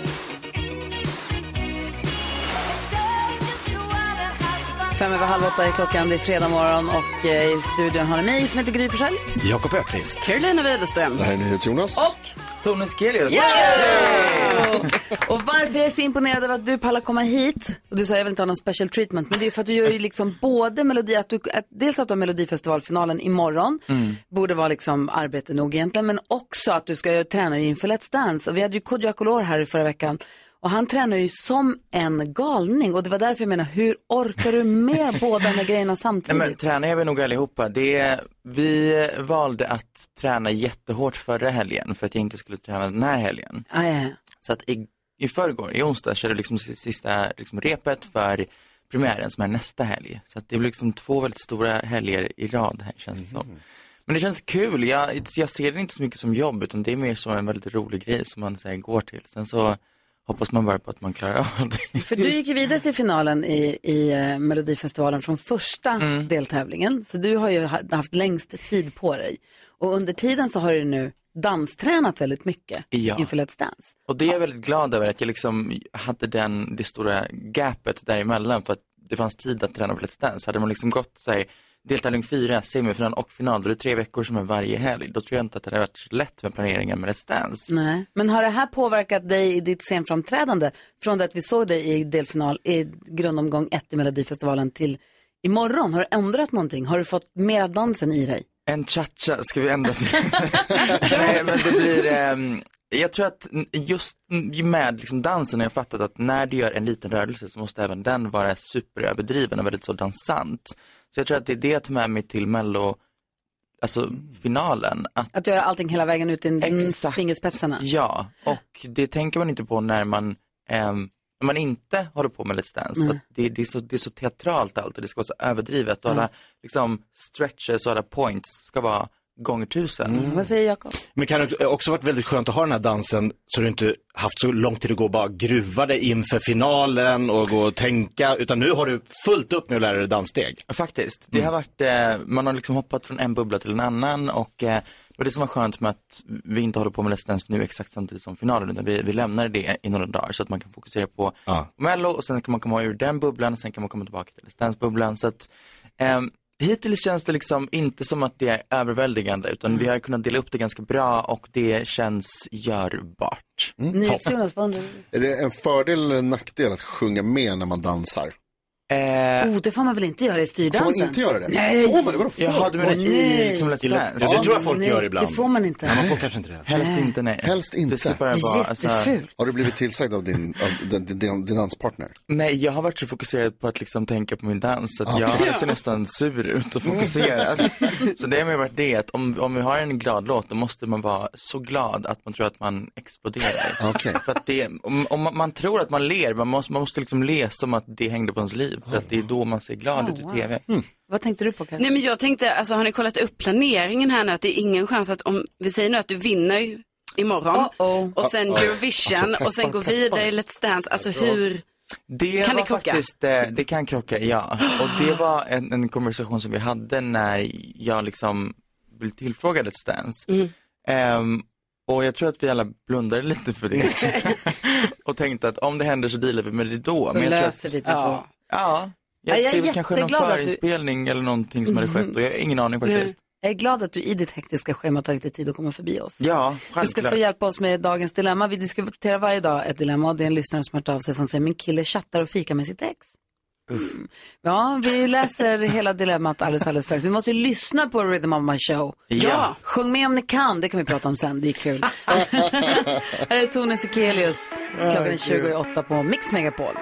Fem över halv åtta är klockan, det är fredag morgon och eh, i studion har ni mig som heter Gry Forssell. Jakob Öqvist. Carolina Widerström. Det här är NyhetsJonas. Och Tone Sekelius. Yeah! Och varför jag är så imponerad över att du pallar komma hit. Och du sa jag vill inte ha någon special treatment. Men det är för att du gör ju liksom både melodi, att du, att dels att du har Melodifestivalfinalen imorgon. Mm. Borde vara liksom arbete nog egentligen. Men också att du ska träna inför Let's Dance. Och vi hade ju Kodjo Akolor här i förra veckan. Och han tränar ju som en galning. Och det var därför jag menar, hur orkar du med båda de här grejerna samtidigt? Nej, men tränar jag väl nog allihopa. Det, vi valde att träna jättehårt förra helgen. För att jag inte skulle träna den här helgen. Ah, ja. Så att i, i förrgår, i onsdag, körde liksom sista liksom, repet för premiären som är nästa helg. Så att det blir liksom två väldigt stora helger i rad här, känns det som. Men det känns kul. Jag, jag ser det inte så mycket som jobb, utan det är mer så en väldigt rolig grej som man säger, går till. Sen så hoppas man bara på att man klarar av det. För du gick ju vidare till finalen i, i uh, Melodifestivalen från första mm. deltävlingen. Så du har ju haft längst tid på dig. Och under tiden så har du nu danstränat väldigt mycket ja. inför Let's Dance. Och det är jag väldigt glad över, att jag liksom hade den, det stora gapet däremellan, för att det fanns tid att träna på Let's Dance. Hade man liksom gått så här, deltävling fyra, semifinal och final, då är det tre veckor som är varje helg. Då tror jag inte att det hade varit så lätt med planeringen med Let's Dance. Nej. Men har det här påverkat dig i ditt scenframträdande från det att vi såg dig i delfinal, i grundomgång ett i Melodifestivalen till imorgon? Har du ändrat någonting? Har du fått mer dansen i dig? En cha-cha ska vi ändra till. Nej, men det blir... Um... Jag tror att just med liksom dansen har jag fattat att när du gör en liten rörelse så måste även den vara superöverdriven och väldigt så dansant. Så jag tror att det är det jag tar med mig till Mello, alltså finalen. Att, att du gör allting hela vägen ut i fingerspetsarna. Ja, och det tänker man inte på när man, eh, när man inte håller på med Let's Dance. Mm. Det, det, är så, det är så teatralt allt och det ska vara så överdrivet. Och mm. alla liksom, stretches och alla points ska vara gånger tusen. Mm. Vad säger Jakob? Men kan det också varit väldigt skönt att ha den här dansen så du inte haft så lång tid att gå och bara gruva dig inför finalen och gå och tänka, utan nu har du fullt upp med att lära dig danssteg. Faktiskt. Det har varit, eh, man har liksom hoppat från en bubbla till en annan och eh, det var det som var skönt med att vi inte håller på med Let's Dance nu exakt samtidigt som finalen, utan vi, vi lämnar det i några dagar så att man kan fokusera på ah. Mello och sen kan man komma ur den bubblan och sen kan man komma tillbaka till Let's Dance-bubblan. Så att eh, hittills känns det liksom inte som att det är överväldigande, utan mm. vi har kunnat dela upp det ganska bra och det känns görbart. Mm. NyhetsJonas, vad undrar du? Är det en fördel eller en nackdel att sjunga med när man dansar? Eh, oh, det får man väl inte göra i styrdansen? Får man inte göra det? Nej. Får man det? Vadå? Jag hade med det i liksom Let's Dance. Ja, det tror jag folk nej, gör ibland. Det får man inte. Nej, man får kanske inte det. Helst nej. inte, nej. Helst inte. Det ska bara vara, alltså... Har du blivit tillsagd av din, av din, din, din, din danspartner? Nej, jag har varit så fokuserad på att liksom tänka på min dans så att okay. jag ser nästan sur ut och fokuserad. Så det har ju varit det att om, om vi har en glad låt, då måste man vara så glad att man tror att man exploderar. Okay. För att det, om, om man tror att man ler, man måste, man måste liksom le som att det hängde på ens liv. För att det är då man ser glad oh, ut i wow. tv. Mm. Vad tänkte du på, Karin? Nej, men jag tänkte, alltså har ni kollat upp planeringen här nu, att det är ingen chans att om vi säger nu att du vinner imorgon oh, oh. och sen oh, oh. Eurovision alltså, peppar, och sen går vidare i Let's Dance, alltså hur det kan det krocka? Faktiskt, det kan krocka, ja. Och det var en, en konversation som vi hade när jag liksom blev tillfrågad Let's Dance. Mm. Um, och jag tror att vi alla blundade lite för det. Och tänkte att om det händer så dealar vi med det då. Men jag löser tror att, vi det ja. Ja. Ja, jag det är är kanske någon förinspelning du... eller någonting som hade skett och jag har ingen aning faktiskt. Jag är glad att du i ditt hektiska schema tagit dig tid att komma förbi oss. Ja, självklart. Du ska få hjälpa oss med dagens dilemma. Vi diskuterar varje dag ett dilemma och det är en lyssnare som har hört av sig som säger min kille chattar och fikar med sitt ex. Mm. Ja, vi läser hela dilemmat alldeles, alldeles strax. Vi måste ju lyssna på Rhythm of My Show. Ja. ja. Sjung med om ni kan, det kan vi prata om sen, det är kul. Här är Tone Sekelius. Klockan är tjugo åtta på Mix Megapol.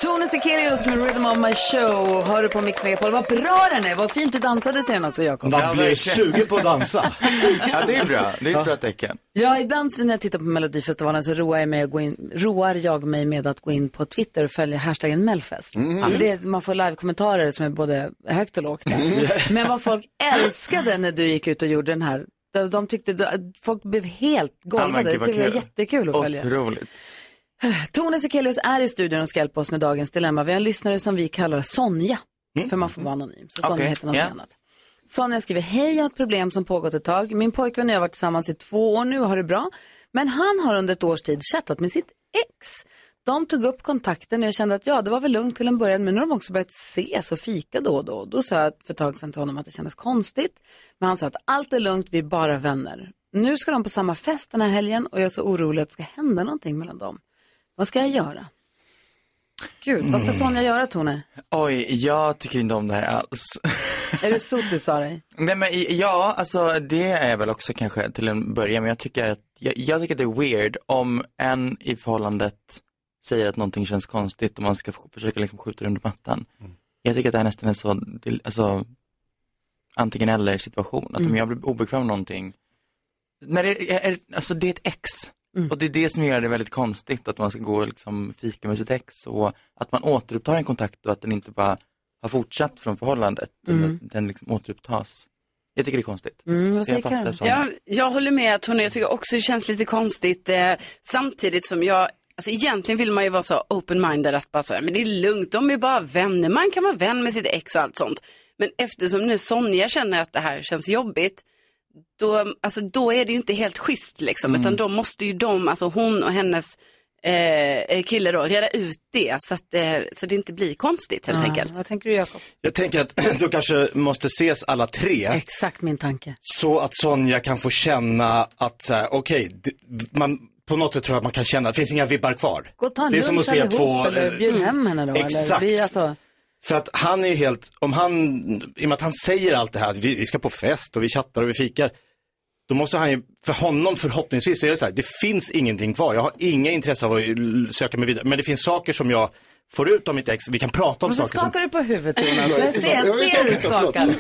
Tone Sekelius med Rhythm of My Show. Hör du på Mix Megapol. Vad bra den är. Vad fint du dansade till den också, Jakob. Man blir sugen på att dansa. Ja, det är bra. Det är ett bra tecken. Ja, ibland när jag tittar på Melodifestivalen så roar jag, mig att gå in, roar jag mig med att gå in på Twitter och följa hashtaggen Melfest. Mm. För det är, man får live-kommentarer som är både högt och lågt. Mm. Men vad folk älskade när du gick ut och gjorde den här. De, de tyckte, folk blev helt golvade. Ja, det var jättekul att följa. Otroligt. Tone Sekelius är i studion och ska hjälpa oss med dagens dilemma. Vi har en lyssnare som vi kallar Sonja. Mm. För man får vara anonym. Så Sonja okay. heter något yeah. annat. Sonja skriver, hej, jag har ett problem som pågått ett tag. Min pojkvän och jag har varit tillsammans i två år nu och har det bra. Men han har under ett års tid chattat med sitt ex. De tog upp kontakten och jag kände att ja, det var väl lugnt till en början. Men nu har de också börjat ses och fika då och då. Då sa jag för ett tag sedan till honom att det kändes konstigt. Men han sa att allt är lugnt, vi är bara vänner. Nu ska de på samma fest den här helgen och jag är så orolig att det ska hända någonting mellan dem. Vad ska jag göra? Gud, vad ska Sonja göra, Tone? Oj, jag tycker inte om det här alls. Är du sotis av dig? Nej, men ja, alltså det är väl också kanske till en början. Men jag tycker att jag, jag tycker att det är weird om en i förhållandet säger att någonting känns konstigt och man ska försöka liksom skjuta under mattan. Mm. Jag tycker att det är nästan en så, alltså antingen eller situation. Att mm. om jag blir obekväm med någonting. När det är, alltså det är ett ex. Mm. Och det är det som gör det väldigt konstigt att man ska gå och liksom fika med sitt ex och att man återupptar en kontakt och att den inte bara har fortsatt från förhållandet mm. att den liksom återupptas. Jag tycker det är konstigt. Mm, vad säger jag, jag, jag håller med Tone, jag tycker också det känns lite konstigt eh, samtidigt som jag, alltså egentligen vill man ju vara så open-minded att bara säga, men det är lugnt, de är bara vänner, man kan vara vän med sitt ex och allt sånt. Men eftersom nu Sonja känner att det här känns jobbigt, Då, alltså, då är det ju inte helt schysst liksom, mm. utan då måste ju de, alltså hon och hennes eh, kille då, reda ut det så att eh, så det inte blir konstigt helt ja, enkelt. Vad tänker du, Jakob? Jag tänker att då kanske måste ses alla tre. Exakt min tanke. Så att Sonja kan få känna att så här, okej, okay, man på något sätt tror jag att man kan känna att det finns inga vibbar kvar. Gå och ta en det är som att se två eller bjud hem henne då. Exakt. Eller, alltså... För att han är ju helt, om han, i och med att han säger allt det här, vi, vi ska på fest och vi chattar och vi fikar. Då måste han ju, för honom förhoppningsvis är det så här, det finns ingenting kvar. Jag har inga intresse av att söka mig vidare. Men det finns saker som jag får ut av mitt ex. Vi kan prata om och saker så skakar som... du på huvudet, Jonas. Jag ser, jag ser du skakar.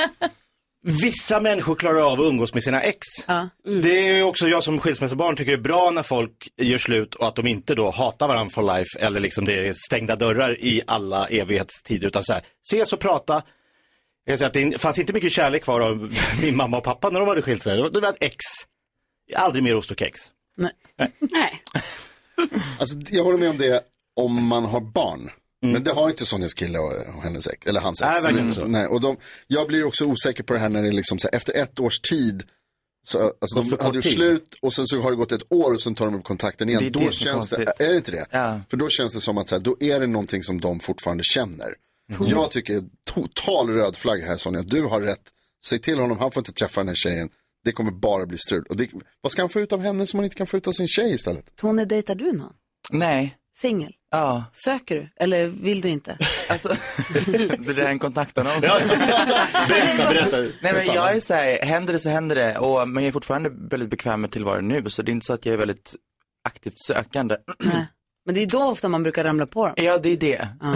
Vissa människor klarar av att umgås med sina ex. Ja. Mm. Det är ju också jag som skilsmässobarn tycker det är bra när folk gör slut och att de inte då hatar varandra for life eller liksom det är stängda dörrar i alla evighetstider utan så här, ses och prata. Jag säger att det fanns inte mycket kärlek kvar av min mamma och pappa när de hade skilt sig. Det var ett ex. Aldrig mer ost och kex. Nej. Nej. Nej. Alltså, jag håller med om det om man har barn. Mm. Men det har inte Sonjas kille och, och hennes ex, eller hans ex. Nej, så, nej, och de, jag blir också osäker på det här när det är liksom så här, efter ett års tid så, alltså de hade gjort slut och sen så har det gått ett år och sen tar de upp kontakten igen. Då känns det, är det inte det? Ja. För då känns det som att så här, då är det någonting som de fortfarande känner. Mm. Jag tycker total röd flagg här, Sonja. Du har rätt. Säg till honom, han får inte träffa den här tjejen. Det kommer bara bli strul. Och det, vad ska han få ut av henne som han inte kan få ut av sin tjej istället? Tone, dejtar du någon? Nej. Singel? Ja. Söker du? Eller vill du inte? Alltså, det är en kontaktannons. Ja. Berätta, berätta. Nej, men jag är så här, händer det så händer det. Och, men jag är fortfarande väldigt bekväm med tillvaron nu. Så det är inte så att jag är väldigt aktivt sökande. Nej. Men det är då ofta man brukar ramla på dem. Ja, det är det. Ja.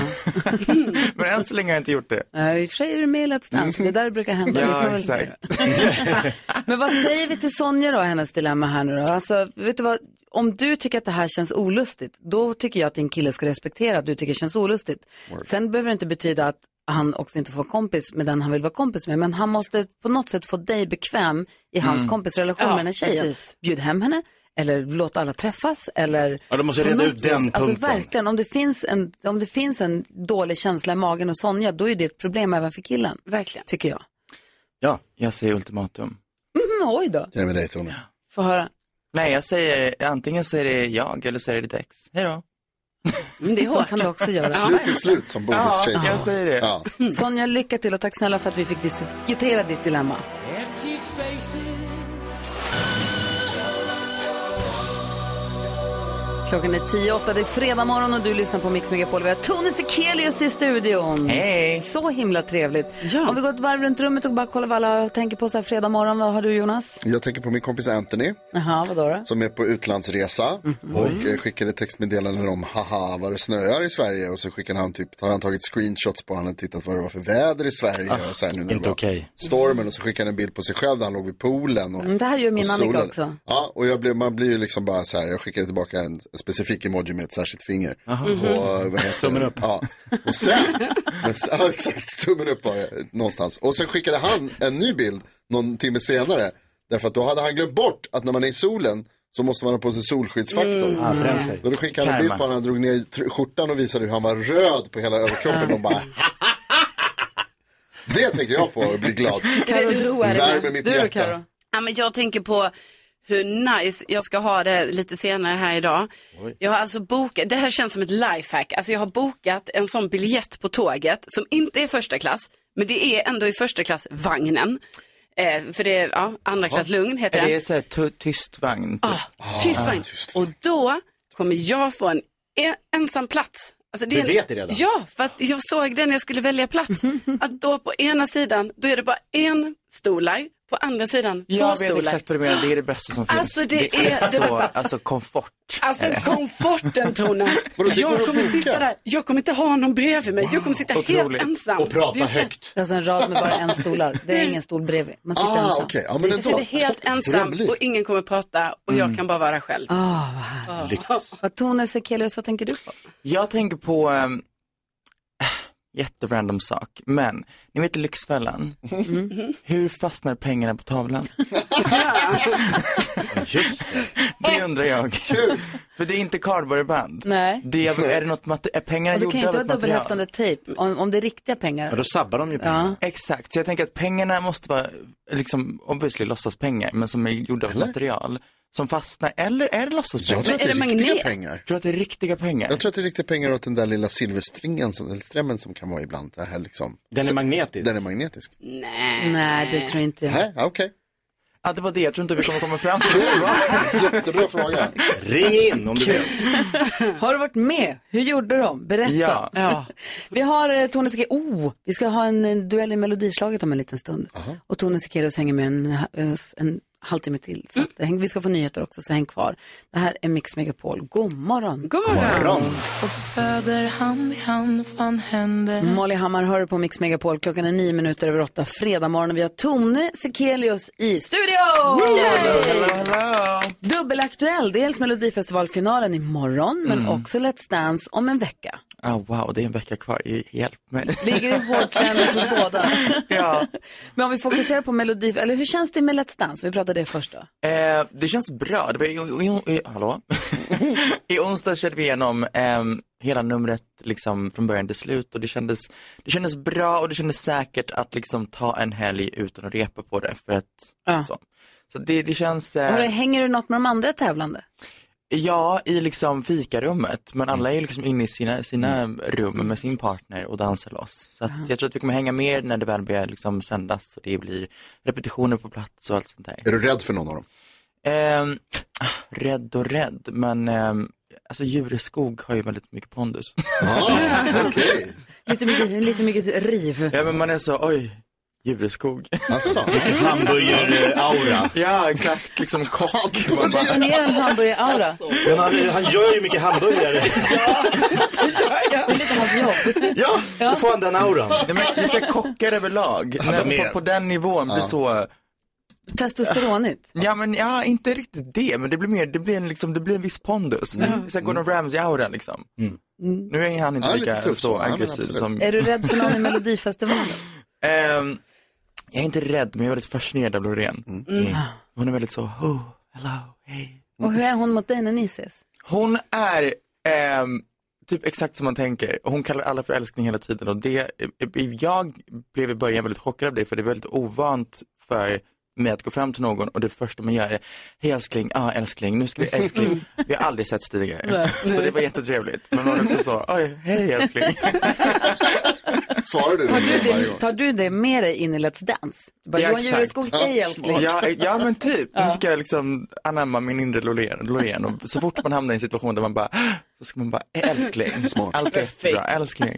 Men än så länge har jag inte gjort det. Ja, i och för sig är du med i Let's Dance. Det är där det brukar hända. Ja, exakt. Men vad säger vi till Sonja då, hennes dilemma här nu då? Alltså, vet du vad? Om du tycker att det här känns olustigt, då tycker jag att din kille ska respektera att du tycker det känns olustigt. Word. Sen behöver det inte betyda att han också inte får vara kompis med den han vill vara kompis med. Men han måste på något sätt få dig bekväm i hans mm. kompisrelation ja, med den här tjejen. Precis. Bjud hem henne. Eller låt alla träffas. Eller ja, de måste reda ut den punkten. Alltså verkligen, om det, finns en, om det finns en dålig känsla i magen och Sonja, då är det ett problem även för killen. Verkligen. Tycker jag. Ja, jag säger ultimatum. Mm, oj då. Jag är med dig, Tone. Få höra. Nej, jag säger, antingen säger det jag eller säger det ditt ex. Hej då. Mm, det är så kan du också göra. Slut är slut som Bodis ja, tjej. jag säger det. Ja. Sonja, lycka till och tack snälla för att vi fick diskutera ditt dilemma. Klockan är tio åtta, det är fredag morgon och du lyssnar på Mix Megapol. Vi har Tony Sekelius i studion. Hej! Så himla trevligt. Ja. Om vi går ett varv runt rummet och bara kollar vad alla tänker på så här fredag morgon. Vad har du, Jonas? Jag tänker på min kompis Anthony. Jaha, vadå då? Som är på utlandsresa. Mm-hmm. Och eh, skickade textmeddelanden om haha vad det snöar i Sverige. Och så skickade han typ, har han tagit screenshots på han och tittat vad det var för väder i Sverige. Ah, och så här, nu när inte okej. Okay. Stormen, och så skickade han en bild på sig själv där han låg vid poolen. Och, mm, det här gör min Annika också. Ja, och jag blev, man blir ju liksom bara så här, jag skickade tillbaka en specifik emoji med ett särskilt finger. Mm-hmm. Och, vad heter tummen upp. Ja, och sen, men, ja, exakt, tummen upp var det, någonstans. Och sen skickade han en ny bild någon timme senare. Därför att då hade han glömt bort att när man är i solen så måste man ha på sig solskyddsfaktor. Mm. Ah, bränsel. Då skickade han en bild på honom, han drog ner skjortan och visade hur han var röd på hela överkroppen och bara... Det tänker jag på och blir glad. Värmer mitt hjärta. Ja, men jag tänker på hur nice jag ska ha det lite senare här idag. Oj. Jag har alltså bokat, det här känns som ett lifehack. Alltså jag har bokat en sån biljett på tåget som inte är första klass, men det är ändå i första klass vagnen. Eh, för det är ja, andra klass lugn heter det. Det är så här t- tyst vagn. Ah, tyst vagn. Ah, och då kommer jag få en en ensam plats. Alltså det du är, vet det redan? Ja, för att jag såg den när jag skulle välja plats. Att då på ena sidan, då är det bara en stolar. På andra sidan, två jag stolar. Jag vet exakt vad du menar, det är det bästa som finns. Alltså det, det är, är det så, bästa. alltså komfort. Alltså komforten, Tone. Jag kommer sitta där, jag kommer inte ha någon bredvid mig. Wow. Jag kommer sitta Otroligt. helt ensam. Och prata högt. Det är alltså en rad med bara en stolar. Det är ingen stol bredvid. Man sitter ah, ensam. Okay. Ja, men jag sitter helt ensam och ingen kommer prata och jag mm. kan bara vara själv. Åh, oh, vad härligt. Oh. Vad Tone Sekelius, vad tänker du på? Jag tänker på... Um... jätterandom sak, men ni vet Lyxfällan. Mm. Hur fastnar pengarna på tavlan? Just det. Det undrar jag. För det är inte cardboardband. Nej. Det är, är det något mat- är pengarna gjorda av ett material? Det kan inte vara dubbelhäftande tejp om, om det är riktiga pengar. Ja, då sabbar de ju pengar. Ja. Exakt, så jag tänker att pengarna måste vara liksom obviously låtsas pengar, men som är gjorda av material. Som fastnar, eller är det låtsaspengar? Jag tror att det är, är det riktiga magnet? pengar. Jag tror att det är riktiga pengar. Jag tror att det är riktiga pengar åt den där lilla silverstringen, som, eller strömmen som kan vara ibland. Det här liksom. Den är magnetisk. Den är magnetisk. Nej, Nej det tror inte jag. Nej, okej. Okay. Ja, det var det. Jag tror inte vi kommer komma fram till det svar. Jättebra fråga. Ring in om du vet. Har du varit med? Hur gjorde de? Berätta. Ja. ja. Vi har eh, Tone Sekelius. Oh, vi ska ha en, en duell i Melodislaget om en liten stund. Uh-huh. Och Tone Sekelius hänger med en, en, en halvtimme till. Så att, mm. vi ska få nyheter också, så häng kvar. Det här är Mix Megapol. God morgon. God morgon. Och Söder, hand i hand, fan händer. Molly Hammar hör på Mix Megapol. Klockan är nio minuter över åtta. Fredag morgon och vi har Tone Sekelius i studion. Hello, hello. Dubbelaktuell. Dels Melodifestivalfinalen imorgon, men mm. också Let's Dance om en vecka. Oh, wow, det är en vecka kvar. Hjälp mig. Ligger i vårdträning för båda. Ja. Men om vi fokuserar på Melodi, eller hur känns det med Let's Dance? Vi pratar det först då. Eh, det känns bra. Det var i, i, i, hallå? I onsdag körde vi igenom eh, hela numret liksom från början till slut. Och det kändes, det kändes bra och det kändes säkert att liksom ta en helg utan att repa på det. För att, ja. så. Så det, det känns... Eh, och det, hänger du något med de andra tävlande? Ja, i liksom fikarummet. Men alla är liksom inne i sina, sina mm. rum med sin partner och dansar loss. Så att jag tror att vi kommer hänga med när det väl börjar liksom sändas. Och det blir repetitioner på plats och allt sånt där. Är du rädd för någon av dem? Eh, rädd och rädd. Men eh, alltså Djureskog har ju väldigt mycket pondus. Ah, okay. lite, mycket, lite mycket riv. Ja, men man är så, oj... Djureskog. Asså? Hamburger-aura. Ja, exakt. Liksom kock. Vad är en hamburger-aura? Ja, han, han gör ju mycket hamburgare. Ja, det gör jag. Det är lite hans jobb. Ja, ja. Då får han den auran. Ja, men det är så kockar överlag. Ja, När, på, på den nivån blir ja. så... Testosteronigt? Ja, men ja, inte riktigt det. Men det blir mer, det blir en, liksom, det blir en viss pondus. Mm. Så Gordon Ramsay-aura liksom. Mm. Mm. Nu är han inte ja, lika tuff, så aggressiv som... Är du rädd för någon i Melodifestivalen? Um, jag är inte rädd, men jag är väldigt fascinerad av Loreen. Mm. Mm. Hon är väldigt så, oh, hello, hej. Och hur är hon mot dig när ni ses? Hon är um, typ exakt som man tänker. Hon kallar alla för älskling hela tiden. Och det, jag blev i början väldigt chockad av det, för det är väldigt ovant för mig att gå fram till någon och det första man gör är, hej älskling, ja ah, älskling, nu ska vi älskling. Vi har aldrig sett tidigare. Så det var jättetrevligt. Men hon är också så, oj, hej älskling. Svarar du tar, det du varje det, gång? tar du det med dig in i Let's Dance? Du bara, Ja, Johan exakt. Jureskog, hej älskling. Ja, ja men typ. Nu ska jag liksom anamma min inre Loreen. Loreen. Och så fort man hamnar i en situation där man bara, så ska man bara, älskling. Smart. Allt är bra, älskling.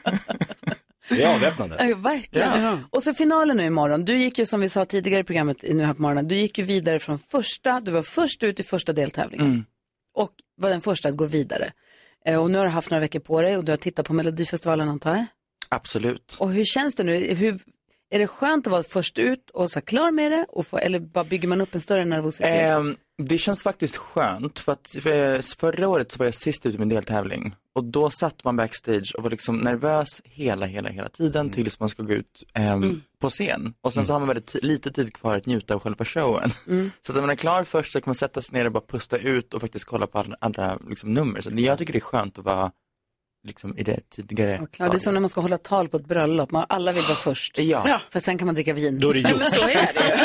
Det är avväpnande. Ja, verkligen. Ja. Och så finalen nu imorgon. Du gick ju, som vi sa tidigare i programmet nu här på morgonen, du gick ju vidare från första, du var först ut i första deltävlingen. Mm. Och var den första att gå vidare. Eh, och nu har du haft några veckor på dig och du har tittat på Melodifestivalen, antar jag. Absolut. Och hur känns det nu? Hur, är det skönt att vara först ut och så klar med det? Och få, eller bara bygger man upp en större nervositet? Um, det känns faktiskt skönt för att för, förra året så var jag sist ut i min deltävling och då satt man backstage och var liksom nervös hela, hela, hela tiden mm. tills man ska gå ut um, mm. på scen. Och sen mm. så har man väldigt t- lite tid kvar att njuta av själva showen. Mm. Så att när man är klar först så kan man sätta sig ner och bara pusta ut och faktiskt kolla på andra, andra liksom, nummer. Så jag tycker det är skönt att vara liksom i det tidigare. Ja, klar, det är som när man ska hålla tal på ett bröllop. Man, alla vill vara först. Ja. För sen kan man dricka vin. Då är det gjort. Ja, men så är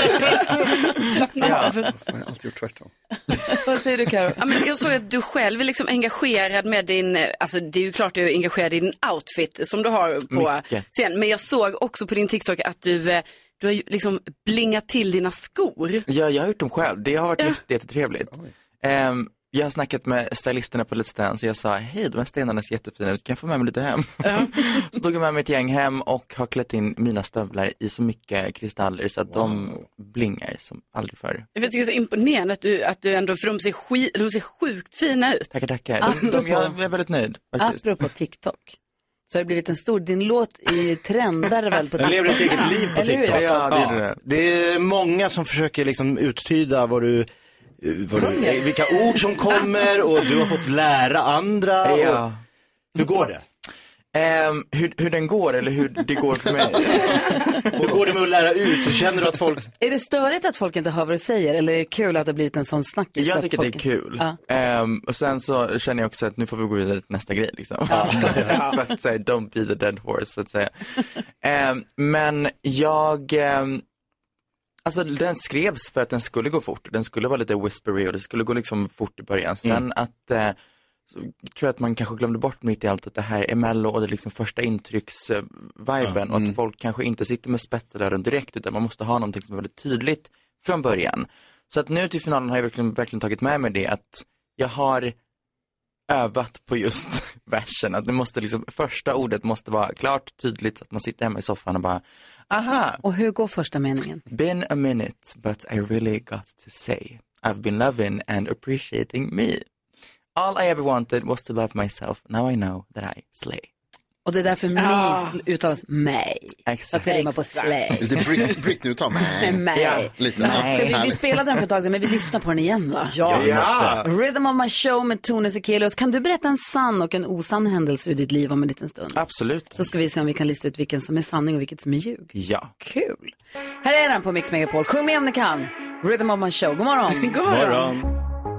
det. Slappna Ja. av. Jag har alltid gjort tvärtom. Vad säger du, Karo? Ja, men jag såg att du själv är liksom engagerad med din, alltså det är ju klart du är engagerad i din outfit som du har på Mycket. scen. Men jag såg också på din TikTok att du, eh, du har ju liksom blingat till dina skor. Ja, jag har gjort dem själv. Det har varit ja. jättetrevligt. Um, jag har snackat med stylisterna på Let's Dance och jag sa, hej, de här stenarna ser jättefina ut, kan jag få med mig lite hem? Ja. Så tog jag med mig ett gäng hem och har klätt in mina stövlar i så mycket kristaller så att wow. de blingar som aldrig förr. Jag tycker det är så imponerande att du, att du ändå, för de ser, skit, de ser sjukt fina ut. Tackar, tackar. De, de, jag är väldigt nöjd faktiskt. Apropå TikTok. Så har det blivit en stor, din låt är ju trendare väl på TikTok. Den lever ett eget liv på TikTok. Ja, det är det. Det är många som försöker liksom uttyda vad du, vad du, vilka ord som kommer och du har fått lära andra. Ja. Och, hur går det? Um, hur, hur den går eller hur det går för mig? Hur går det med att lära ut? Hur känner du att folk... Är det störigt att folk inte hör vad du säger eller är det kul att det har blivit en sån snackis? Jag tycker folk... det är kul. Ja. Um, och sen så känner jag också att nu får vi gå vidare till nästa grej liksom. Ja. För att säga, don't be the dead horse så att säga. Um, men jag... Um, alltså den skrevs för att den skulle gå fort. Den skulle vara lite whispery och det skulle gå liksom fort i början. Sen mm. att... Uh, så tror jag att man kanske glömde bort mitt i allt att det här är Mello och det är liksom första intrycksviben uh, mm. och att folk kanske inte sitter med spetsdörren direkt utan man måste ha någonting som är väldigt tydligt från början. Så att nu till finalen har jag verkligen, verkligen tagit med mig det att jag har övat på just versen. Att det måste liksom, första ordet måste vara klart tydligt så att man sitter hemma i soffan och bara, aha. Och hur går första meningen? Been a minute but I really got to say I've been loving and appreciating me. All I ever wanted was to love myself. Now I know that I slay. Och det är därför ah. mig uttalas mig. Exakt. Att ska rimma på slay. Lite Britney uttal mig. mig. Ja, lite. Nej. Så vi, vi spelade den för ett tag sedan, men vi lyssnar på den igen va? Ja. ja. Rhythm of my show med Tone Sekelius. Kan du berätta en sann och en osann händelse ur ditt liv om en liten stund? Absolut. Så ska vi se om vi kan lista ut vilken som är sanning och vilket som är ljug. Ja. Kul. Här är den på Mix Megapol. Sjung med om ni kan. Rhythm of my show. God morgon. God morgon. morgon.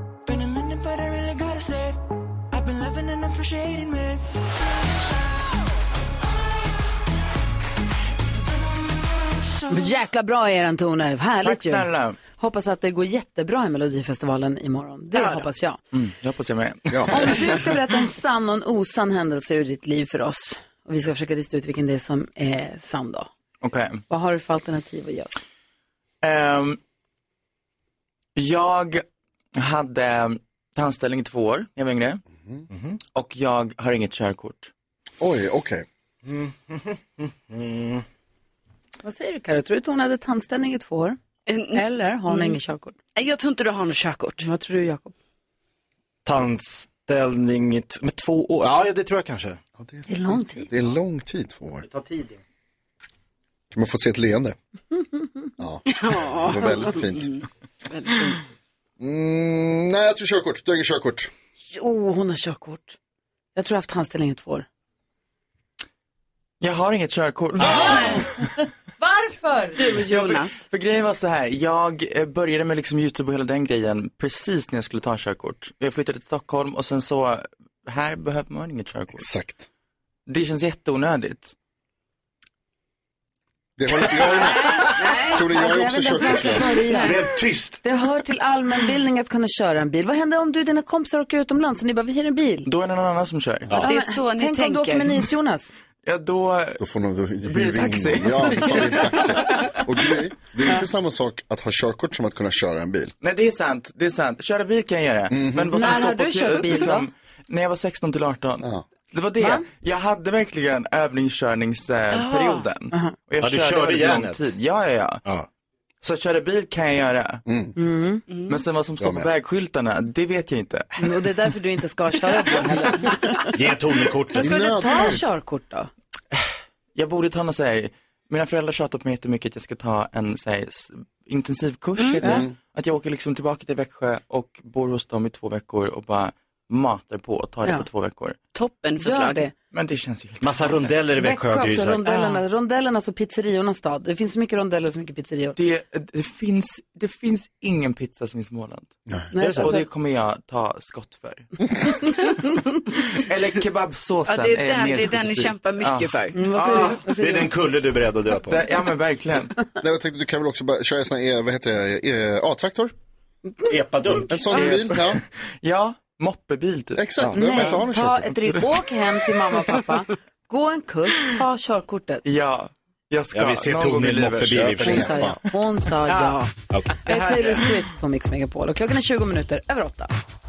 Jäkla bra är den, Tone. Härligt. Tack snälla. Hoppas att det går jättebra i Melodifestivalen imorgon. Det ja, hoppas jag. Mm, jag hoppas jag med. Ja. Om du ska berätta en sann och en osann händelse ur ditt liv för oss. Och vi ska försöka lista ut vilken det är som är sann då. Okej. Okay. Vad har du för alternativ att göra? Um, jag hade anställning i två år när jag var yngre. Mm. Mm. Och jag har inget körkort. Oj, okej. Okay. Mm. Mm. Vad säger du, Karo? Tror du att hon hade tandställning i två år? Mm. Eller har hon mm. inget körkort? Jag tror inte du har något körkort. Vad tror du, Jakob? Tandställning i t- med två år? Ja, det tror jag kanske. Ja, det, är det är lång tid. Det är lång tid, två år. Det tar tid. Kan man få se ett leende? Ja, det var väldigt fint. Mm. väldigt fint. Mm, nej, jag tror körkort. Du har inget körkort. Jo, hon har körkort. Jag tror jag har haft tandställning i två år. Jag har inget körkort. Varför? Du, Jonas. För, för grejen var så här, jag började med liksom YouTube och hela den grejen precis när jag skulle ta körkort. Jag flyttade till Stockholm och sen så, här behöver man inget körkort. Exakt. Det känns jätteonödigt. Det har inte jag med. Tore, jag är också körkortslös. Det är tyst. Det hör till allmänbildning att kunna köra en bil. Vad händer om du och dina kompisar åker utomlands och ni bara, vi hyr en bil? Då är det någon annan som kör. Ja. Det är så ni Tänk tänker. Tänk om du åker med nyhets, Jonas. Ja, då... Då får någon, då blir det taxi. Ja, då tar vi en taxi. Och grej, det är inte samma sak att ha körkort som att kunna köra en bil. Nej, det är sant. Det är sant. Köra bil kan jag göra. Mm-hmm. Men vad som När står har på du kört bil liksom, då? När jag var sexton till arton. Ja. Det var det. Va? Jag hade verkligen övningskörningsperioden. Aha. Och jag Ja, du körde körde väldigt lång järnet. tid. Ja, ja, ja. Ja. Så köra bil kan jag göra. Mm. Mm. Men sen vad som står Jag på med. vägskyltarna, det vet jag inte. Mm, och det är därför du inte ska köra bil heller. Ge Tony-kortet. Men ska du ta Nödvändigt. körkort då? Jag borde ta något så här, mina föräldrar tjatar på mig jättemycket att jag ska ta en så här, s- intensivkurs. Heter det. Att jag åker liksom tillbaka till Växjö och bor hos dem i två veckor och bara matar på och tar det Ja. på två veckor. Toppen Gör förslag. det. Men det känns ju helt... Massa rondeller i Växjö har Gry också, sagt. rondellerna, rondellernas och pizzeriornas stad. Det finns så mycket rondeller och så mycket pizzerior. Det, det, finns, det finns ingen pizza som är i Småland. Nej, Och alltså, det kommer jag ta skott för. Eller kebabsåsen. Ja, det är den, mer det är den ni specifikt. kämpar mycket Ja. för. mm, vad säger Ah, du? Vad Det säger är du? den kulle du är beredd att dö på. Det, ja men verkligen. Nej, jag tänkte du kan väl också bara köra en sån här, e- vad heter det, e- A-traktor? Epadunk. En sån bil, ja. Ja, moppebil typ. Exakt, behöver man inte ha Nej, någon ta körkort. ett rim. Åk hem till mamma och pappa. Gå en kurs, ta körkortet. Ja, jag ska. Jag vill se någon gång Tony i i livet. moppebil i och för Hon sig. sa ja. Hon sa ja. Okej. Det är Taylor Swift på Mix Megapol och klockan är tjugo minuter över åtta.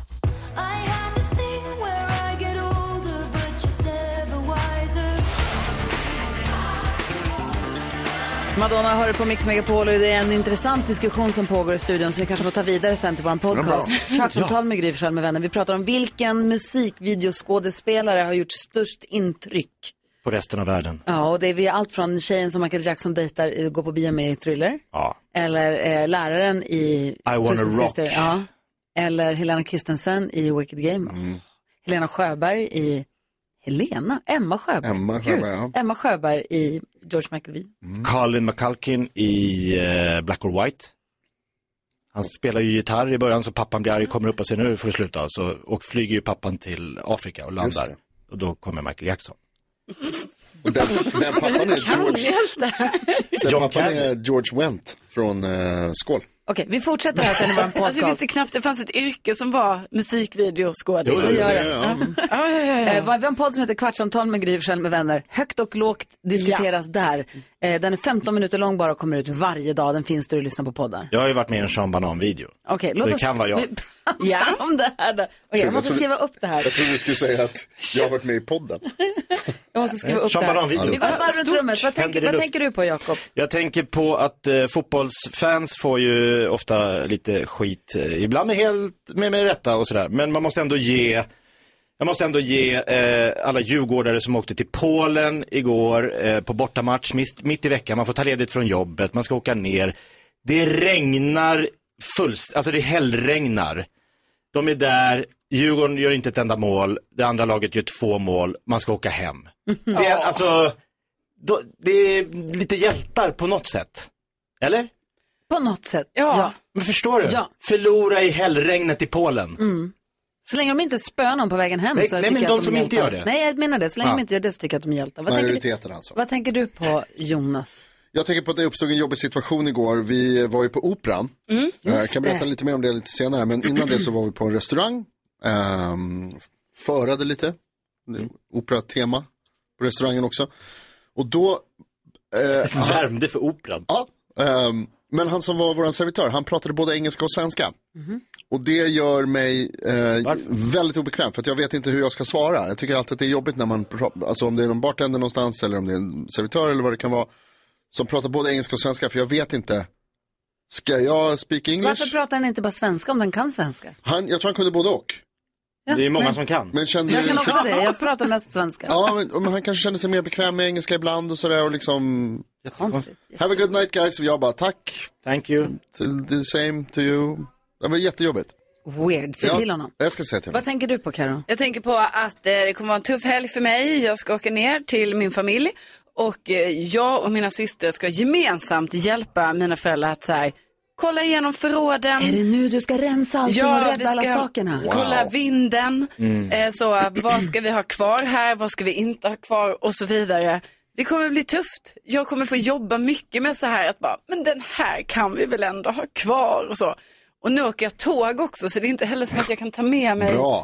Madonna hör du på Mix Megapol och det är en intressant diskussion som pågår i studion så vi kanske får ta vidare sen till vår podcast. Kvartsamtal med Gry Forssell med vänner. Vi pratar om vilken musikvideoskådespelare har gjort störst intryck. På resten av världen. Ja, och det är vi allt från tjejen som Michael Jackson dejtar eh, går på bio med i Thriller. Ja. Eller eh, läraren i I wanna Twisted rock. Sister. Ja. Eller Helena Christensen i Wicked Game. Mm. Helena Sjöberg i... Helena? Emma Sjöberg. Emma Gud. Sjöberg, ja. Emma Sjöberg i George Michael Mm. Colin McCulkin i eh, Black or White. Han spelar ju gitarr i början så pappan blir arg, kommer upp och säger nu får du sluta. Så, och flyger ju pappan till Afrika och landar. Just Och då kommer Michael Jackson. Och den, den pappan är George, den John pappan Candy. är George Wendt från uh, Skål. Okej, vi fortsätter här sen i vår podcast. Alltså jag visste knappt det fanns ett yrke som var musikvideoskådis. Det gör det. Ja. Ja, ja, ja, ja. Eh, vi har en podd som heter Kvartsamtal med Gry Forssell med vänner. Högt och lågt diskuteras där. Eh, den är femton minuter lång bara och kommer ut varje dag. Den finns där du lyssnar på poddar. Jag har ju varit med i en Sean Banan-video. Okej, Så låt det oss kan vara jag. vi pratar Ja. om det här. Okej, jag Jag måste trodde- skriva upp det här. Jag trodde du skulle säga att jag har varit med i podden. Jag måste skriva upp det Sean här. Banan-video. Vi går ett varv runt Stort. rummet. Vad, Händer tänker, i vad luft. tänker du på, Jakob? Jag tänker på att eh, fotbollsfans får ju ofta lite skit, eh, ibland med helt med, med rätta och sådär. Men man måste ändå ge, jag måste ändå ge eh, alla djurgårdare som åkte till Polen igår eh, på bortamatch mitt, mitt i veckan. Man får ta ledigt från jobbet, man ska åka ner. Det regnar fullst, alltså det hällregnar. De är där, Djurgården gör inte ett enda mål, det andra laget gör två mål, man ska åka hem. Det är, alltså, då, det är lite hjältar på något sätt. Eller? På något sätt. Ja. ja. Men förstår du? Ja. Förlora i hällregnet i Polen. Mm. Så länge de inte spöar någon på vägen hem Nej, så nej, tycker men jag de att de som är inte hjältar. gör det. Nej, jag menar det. Så länge Ja. de inte gör det så tycker jag att de är hjältar. Vad tänker, du, Majoriteten alltså. vad tänker du på, Jonas? Jag tänker på att det uppstod en jobbig situation igår. Vi var ju på Operan. Mm, jag just kan berätta det. lite mer om det lite senare. Men innan det så var vi på en restaurang. Um, förade lite. Opera-tema på restaurangen också. Och då... Eh, Värmde för operan. Ja, ehm, men han som var vår servitör, han pratade både engelska och svenska. Mhm. Och det gör mig eh, väldigt obekväm, för att jag vet inte hur jag ska svara. Jag tycker alltid att det är jobbigt när man, pra- alltså om det är någon bartender någonstans eller om det är en servitör eller vad det kan vara, som pratar både engelska och svenska, för jag vet inte. Ska jag speak English? Varför pratar han inte bara svenska om den kan svenska? Han, jag tror han kunde både och. Ja, Det är många men- som kan. Men kände Jag kan också det. Jag pratar mest svenska. Ja, men, men han kanske kände sig mer bekväm med engelska ibland och sådär och liksom... Konstigt. Have a good night guys. Och jag bara, tack. Thank you. The same to you. Det var jättejobbigt. Weird. Se Ja, till honom. Jag ska säga till honom. Vad tänker du på, Karo? Jag tänker på att eh, det kommer vara en tuff helg för mig. Jag ska åka ner till min familj och eh, jag och mina systrar ska gemensamt hjälpa mina föräldrar att så här, kolla igenom förråden. Är det nu du ska rensa allting och Ja, rädda vi ska alla sakerna? kolla vinden. Mm. Eh, så vad ska vi ha kvar här? Vad ska vi inte ha kvar? Och så vidare. Det kommer bli tufft. Jag kommer få jobba mycket med så här att bara, men den här kan vi väl ändå ha kvar och så. Och nu åker jag tåg också så det är inte heller som att jag kan ta med mig. Bra.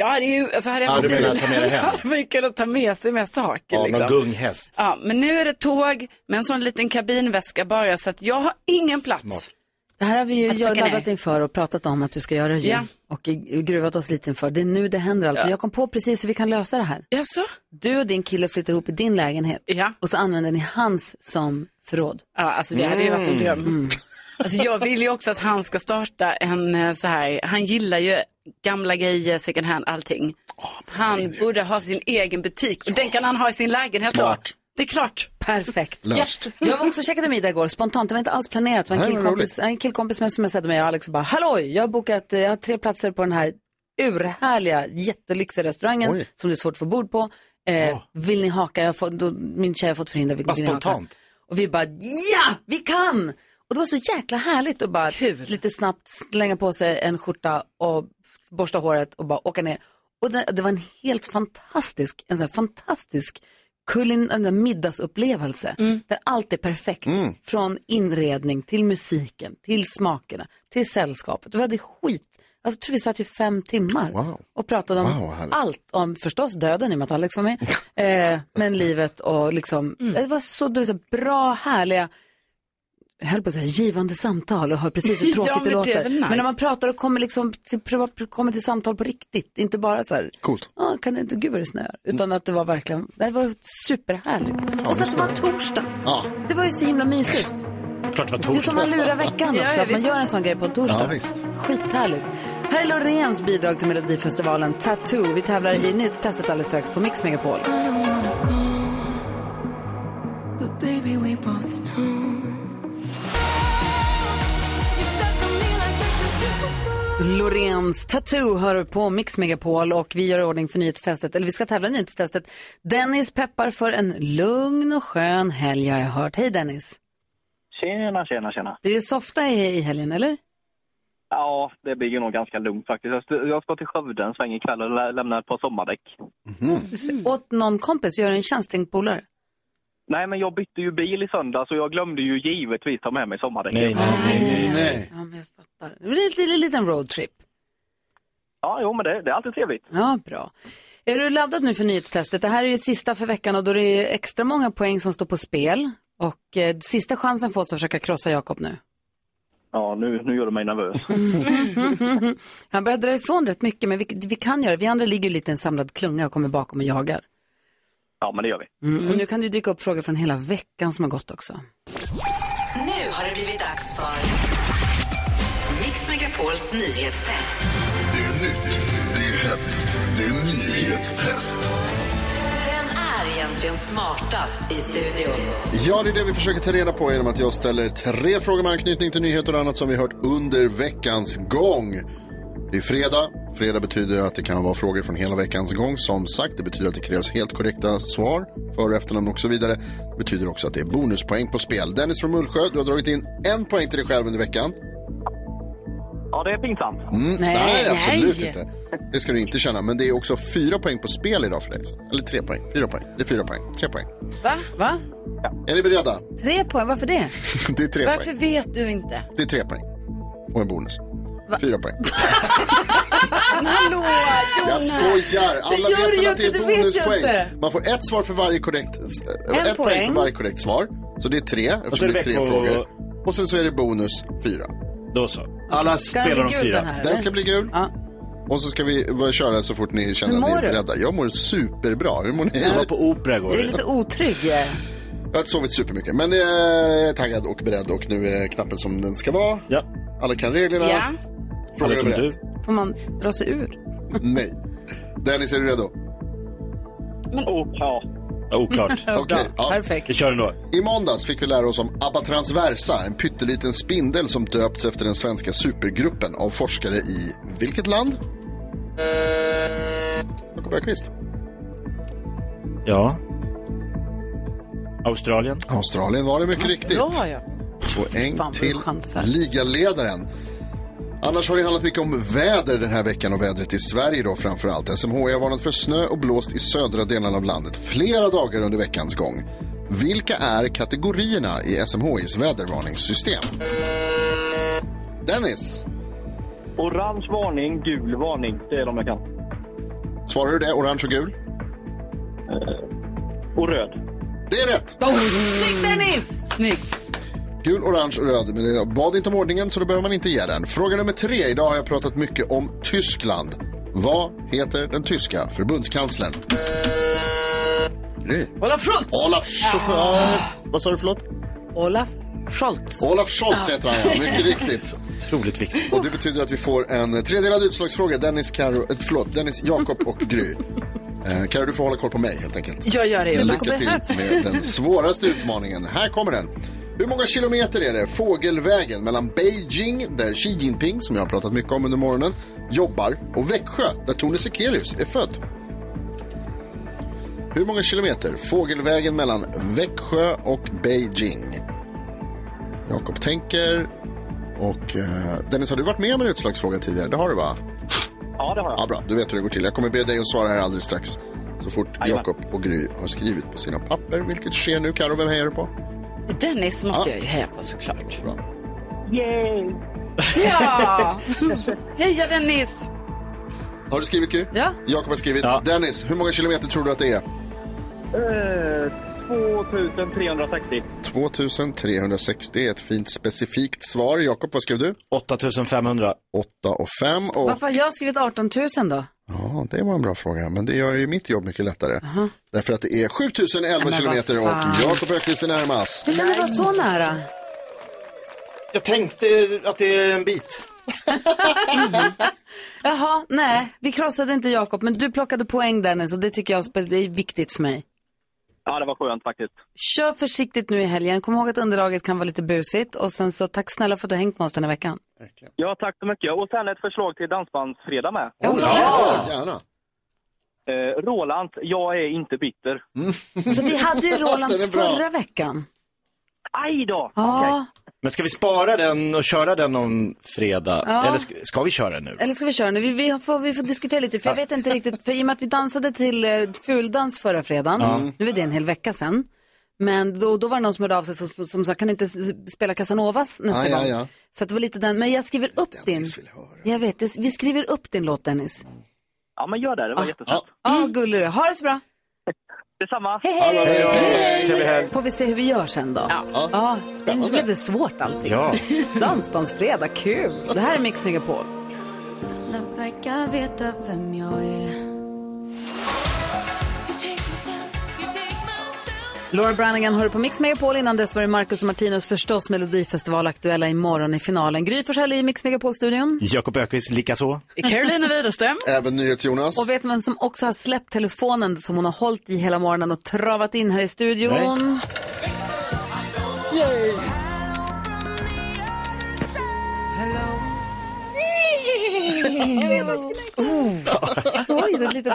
Ja, det är ju, alltså hade jag Ja, fått du menar bil, ta med det hem? hade man kunnat ta med sig med saker. Ja, liksom. någon gunghäst. Ja, men nu är det tåg med en sån liten kabinväska bara, så att jag har ingen plats. Smart. Det här har vi ju Att jag packa laddat ner. inför och pratat om att du ska göra ju. Ja. Och i- gruvat oss lite inför. Det är nu det händer alltså. Ja. Jag kom på precis hur vi kan lösa det här. Jaså? Du och din kille flyttar ihop i din lägenhet. Ja. Och så använder ni hans som förråd. Ja, alltså det hade ju varit en dröm. Mm. Alltså jag vill ju också att han ska starta en eh, så här, han gillar ju gamla grejer, second hand, allting. Han borde ha sin egen butik och den kan han ha i sin lägenhet då. Smart. Det är klart. Perfekt. Löst. Yes. Jag var också käkade middag igår, spontant, det var inte alls planerat. Det var en Nej, men killkompis, en killkompis med som jag satte mig och Alex och bara, halloj, jag har bokat, jag har tre platser på den här urhärliga, jättelyxiga restaurangen Oj. som det är svårt att få bord på. Eh, Vill ni haka? Jag har fått, då, min tjej har fått förhindra. Vill, Vad vill ni haka? spontant. Och vi bara, ja, vi kan! Och det var så jäkla härligt att bara lite snabbt slänga på sig en skjorta och borsta håret och bara åka ner. Och det, det var en helt fantastisk, en sån här fantastisk kulin, en där middagsupplevelse där allt är perfekt. Från inredning till musiken, till smakerna, till sällskapet. Och vi hade skit. Alltså, jag tror vi satt i fem timmar Wow. och pratade om Wow, härligt. allt. Om förstås döden i och med att Alex var med. eh, men livet och liksom, det var så, det var så bra, härliga, jag höll på att säga givande samtal och hör precis hur Ja, tråkigt men det det är låter. väl nice. Men när man pratar och kommer, liksom till, kommer till samtal på riktigt, inte bara så här, Coolt. ah, kan det inte, gud vad det snöar, utan att det var verkligen, det var superhärligt. Och så var det torsdag. Ja. Det var ju så himla mysigt. Klart det var Det är torsdag. som man lurar veckan också, Ja, ja, att man visst. gör en sån grej på en torsdag. Ja, visst. Skithärligt. Här är Loreens bidrag till Melodifestivalen Tattoo. Vi tävlar i nyhetstestet alldeles strax på Mix Megapol. Loreens Tattoo hör på Mix Megapol och vi gör i ordning för nyhetstestet, eller vi ska tävla i nyhetstestet. Dennis peppar för en lugn och skön helg, jag har hört. Hej Dennis. Tjena, tjena, tjena. Det är softa i, i helgen, eller? Ja, det blir ju nog ganska lugnt faktiskt. Jag ska- Jag ska till Skövde en sväng ikväll och lä- lämna ett par sommardäck. Mm. Åt någon kompis, gör en tjänst till en polare? Nej, men jag bytte ju bil i söndag så jag glömde ju givetvis ta med mig sommardäck. Nej, nej, nej, nej. Ja, men jag fattar. Det blir en liten, liten roadtrip. Ja, jo, men det, det är alltid trevligt. Ja, bra. Är du laddad nu för nyhetstestet? Det här är ju sista för veckan och då är det ju extra många poäng som står på spel. Och eh, sista chansen för oss att försöka krossa Jakob nu. Ja, nu, nu gör du mig nervös. Han börjar dra ifrån rätt mycket, men vi, vi kan göra. Vi andra ligger ju lite i en samlad klunga och kommer bakom och jagar. Ja, men det gör vi. Mm. Och nu kan det ju dyka upp frågor från hela veckan som har gått också. Nu har det blivit dags för Mix Megapols nyhetstest. Det är nytt, det är hett, det är nyhetstest. Vem är egentligen smartast i studion? Ja, det är det vi försöker ta reda på genom att jag ställer tre frågor med anknytning till nyheter och annat som vi hört under veckans gång. Det är fredag. Fredag betyder att det kan vara frågor från hela veckans gång. Som sagt, det betyder att det krävs helt korrekta svar, för- och efternamn och så vidare. Det betyder också att det är bonuspoäng på spel. Dennis från Mullsjö, du har dragit in en poäng till dig själv under veckan. Ja, det är pinsamt. Mm, nej, nej, absolut inte. Det ska du inte känna. Men det är också fyra poäng på spel idag för dig. Eller tre poäng. Fyra poäng. Det är fyra poäng. Tre poäng. Va? Va? Är ni beredda? Tre poäng, varför det? Det är tre Varför poäng. vet du inte? Det är tre poäng. Och en bonus. Fyra poäng. Men hallå, Jag Jonas. skojar. Alla Det gör vet du väl ju att det inte, är du vet ju bonuspoäng. inte. Man får ett svar för varje korrekt... En ett poäng poäng. för varje korrekt svar. Så det är tre, Och så eftersom är det är det tre veckor- frågor. Och sen så är det bonus fyra. Då så. Alla Ska den spelar bli de gul, fyra. den här, Den ska bli gul. Ja. Och så ska vi börja köra så fort ni känner Hur att ni mår är du? beredda. Jag mår superbra. Hur mår ni? Jag var på opera Jag är igår. lite otrygg. Jag har inte sovit supermycket. Men jag är taggad och beredd. Och nu är knappen som den ska vara. Ja. Alla kan reglerna. Ja. Fråga Alla nummer utom ett. Får man dra sig ur? Nej. Dennis, är du redo? Men, oh, ja. Oklart. Okej, ja. Perfekt. Vi kör ändå. I måndags fick vi lära oss om Abba transversa, en pytteliten spindel som döpts efter den svenska supergruppen av forskare i vilket land? Jakob Öqvist. Ja. Australien. Australien var det mycket riktigt. Bra, ja. Poäng Fan, vad till chansar. ligaledaren. Annars har det handlat mycket om väder den här veckan och vädret i Sverige då framförallt. S M H I har varnat för snö och blåst i södra delen av landet flera dagar under veckans gång. Vilka är kategorierna i S M H I:s vädervarningssystem? Dennis. Orange varning, gul varning. Det är de jag kan. Svarar du det? Orange och gul? Och röd. Det är rätt! Oh, snyggt Dennis! Snyggt! Gul, orange och röd. Men jag bad inte om ordningen så då behöver man inte ge den. Fråga nummer tre. Idag har jag pratat mycket om Tyskland. Vad heter den tyska förbundskanslern? Nej. Olaf Scholz! Olaf Scholz. Ja. Vad sa du, förlåt? Olaf Scholz. Olaf Scholz heter han, ja. Mycket riktigt. Otroligt viktigt. Och det betyder att vi får en tredelad utslagsfråga. Dennis, Karo, äh, förlåt, Dennis, Jakob och Gry. Eh, Karo, du får hålla koll på mig helt enkelt. Jag gör det. Lycka till med den svåraste utmaningen. Här kommer den. Hur många kilometer är det fågelvägen mellan Beijing, där Xi Jinping, som jag har pratat mycket om under morgonen, jobbar, och Växjö, där Tone Sekelius är född? Hur många kilometer fågelvägen mellan Växjö och Beijing? Jakob tänker. Och eh, Dennis, har du varit med om en utslagsfråga tidigare? Det har du, va? Ja, det har jag. Ja, bra. Du vet hur det går till. Jag kommer be dig att svara här alldeles strax. Så fort Jakob och Gry har skrivit på sina papper. Vilket sker nu. Karo, vem hejar du på? Dennis måste Ja. jag ju heja på såklart. Bra. Yay! Ja! Heja Dennis! Har du skrivit, Gry? Ja. Jakob har skrivit. Ja. Dennis, hur många kilometer tror du att det är? Eh, tvåtusen trehundrasextio. tvåtusen trehundrasextio är ett fint specifikt svar. Jakob, vad skrev du? åtta tusen femhundra. åtta och fem. Och... Varför har jag skrivit arton tusen då? Ja, det var en bra fråga. Men det gör ju mitt jobb mycket lättare. Uh-huh. Därför att det är sjutusen elva Men kilometer vad och fan. Jakob Öqvist är närmast. Hur kan det vara så nära? Jag tänkte att det är en bit. Jaha, nej. Vi krossade inte Jakob, men du plockade poäng Dennis och det tycker jag det är viktigt för mig. Ja, det var skönt faktiskt. Kör försiktigt nu i helgen. Kom ihåg att underlaget kan vara lite busigt. Och sen så tack snälla för att du har hängt med oss den här veckan. Ja, tack så mycket. Och sen ett förslag till Dansbandsfredag med. Ja, ja, gärna. Eh, Roland, jag är inte bitter. Mm. Så vi hade ju Rolands Den är bra. förra veckan. Aj då! Ja. Okej. Men ska vi spara den och köra den om fredag? Ja. Eller ska, ska vi köra nu? Eller ska vi köra nu? Vi, vi, får, vi får diskutera lite. För jag vet inte riktigt. För i och med att vi dansade till eh, fuldans förra fredagen. Ja. Nu är det en hel vecka sedan. Men då, då var det någon som hörde av sig som, som, som sa, kan inte spela Casanovas nästa Ah, ja, gång? ja. Så att det var lite den. Men jag skriver upp din. Jag vet, det, vi skriver upp din låt, Dennis. Ja, men gör det. Det var ah. jättesnabbt. Ja, ah, gullig du. Ha det så bra. Detsamma. Hej, hej. Hej, hej. Hej. Får vi se hur vi gör sen då? Ja. Ja, nu blev det svårt allting. Ja. Dansbandsfredag, kul. Det här är Mix Megapol. Alla verkar veta vem jag är. Laura Branigan hör på Mix Megapol. Innan dess var det Marcus och Martinus förstås Melodifestival aktuella imorgon i finalen. Gry Forssell i Mix Megapol-studion. Jakob Öqvist likaså. Carolina Widerström. Även NyhetsJonas. Och vet man som också har släppt telefonen som hon har hållit i hela morgonen och travat in här i studion. Yay! Oh. Oj, det är lite...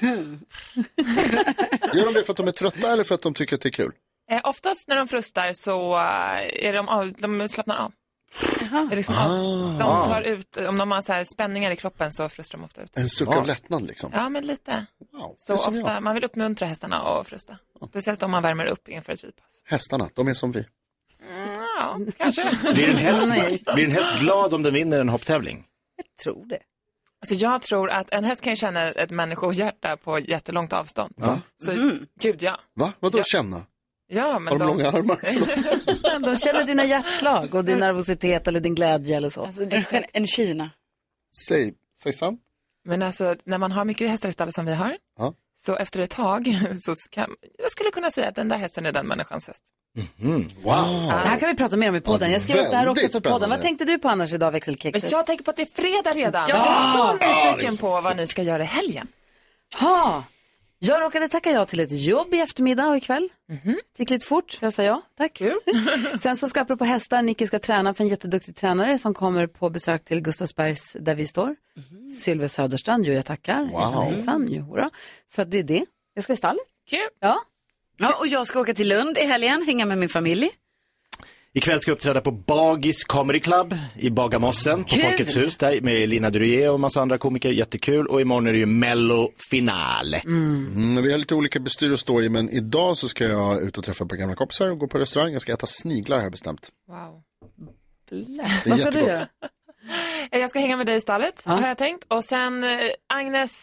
Gör de det för att de är trötta eller för att de tycker att det är kul? Eh, oftast när de frustar så uh, är de, av, de slappnar av. Det är liksom Ah. av, de tar ut, om de har så här spänningar i kroppen så frustar de ofta ut. En suck av lättnad liksom. Ja, men lite. Wow, så det är som ofta, jag. man vill uppmuntra hästarna och frusta. Speciellt om man värmer upp inför ett ridpass. Hästarna, de är som vi. Mm, ja, kanske. Blir en, häst, blir en häst glad om den vinner en hopptävling? Jag tror det. Alltså jag tror att en häst kan ju känna ett människohjärta på jättelångt avstånd. Va? Så, mm. gud ja. Va? Vadå ja. känna? Ja, men har de, de långa armar? De känner dina hjärtslag och din nervositet eller din glädje eller så. Alltså, det är en, en Kina. Säg, säg sant. Men alltså, när man har mycket hästar i stallet som vi har, ja. så efter ett tag så kan jag skulle kunna säga att den där hästen är den människans häst. Mm. Wow. Det här kan vi prata mer om i podden. Jag skriver upp det här också för podden. Spännande. Vad tänkte du på annars idag, växelkexet? Jag tänker på att det är fredag redan. Ja. Jag är så Ah, nyfiken ah, på vad ni ska göra i helgen. Ha! Jag råkade tacka ja till ett jobb i eftermiddag och ikväll. Mm-hmm. Det gick lite fort, jag sa ja, tack. Sen så ska jag på hästar, Nicky ska träna för en jätteduktig tränare som kommer på besök till Gustavsbergs där vi står. Mm-hmm. Sylve Söderstrand, jo jag tackar. Wow. Hejsan, hejsan, jo, hurra. Så det är det. Jag ska i stallet. Kul. Ja. Ja, och jag ska åka till Lund i helgen, hänga med min familj. Ikväll ska jag uppträda på Bagis Comedy Club i Bagarmossen på Kul. Folkets hus där med Lina Durier och massa andra komiker. Jättekul. Och imorgon är det ju Mello-final. Mm. Mm, vi har lite olika bestyr att stå i, men idag så ska jag ut och träffa på gamla kompisar och gå på restaurang. Jag ska äta sniglar har jag bestämt. Wow. Det är jättegott. Jag ska hänga med dig i stallet, Ja. har jag tänkt. Och sen eh, Agnes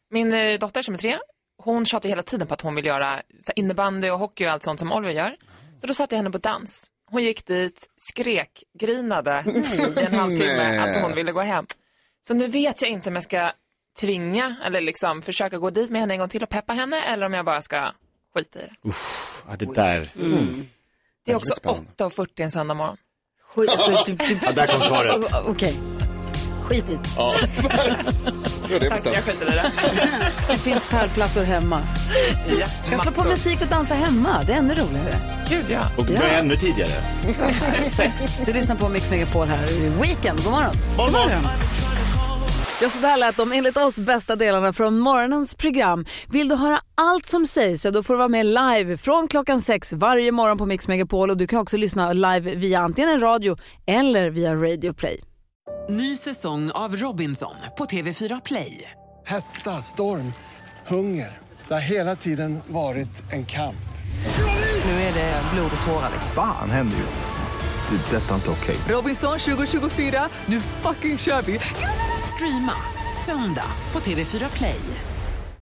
Min eh, dotter som är tre, hon tjatar hela tiden på att hon vill göra så här, innebandy och hockey och allt sånt som Oliver gör. Så då satte jag henne på dans. Hon gick dit, skrek, grinade i en halvtimme att hon ville gå hem. Så nu vet jag inte om jag ska tvinga eller liksom försöka gå dit med henne en gång till och peppa henne eller om jag bara ska skita i det. Uff, ja, det där. Mm. Det är också åtta och fyrtio en söndag morgon. Skit, alltså, du, du... Ja, där kom svaret. Okej. Okay. Skit i det. Ja, det är det Tack, jag skiter i det. Det finns pärlplattor hemma. Ja, jag slå på musik och dansa hemma. Det är ännu roligare. Gud, ja. Och börja ja. ännu tidigare. Sex. Du lyssnar på Mix Megapol här. Weekend. God morgon. God morgon. Jag så där lät de enligt oss bästa delarna från morgonens program. Vill du höra allt som sägs så då får du vara med live från klockan sex varje morgon på Mix Megapol. Och du kan också lyssna live via antingen en radio eller via Radio Play. Ny säsong av Robinson på T V fyra Play. Hetta, storm, hunger. Det har hela tiden varit en kamp. Nu är det blod och tårar. Fan händer just det. Det är detta inte okej. Okay. Robinson tjugo tjugofyra, nu fucking kör vi. Streama söndag på T V fyra Play.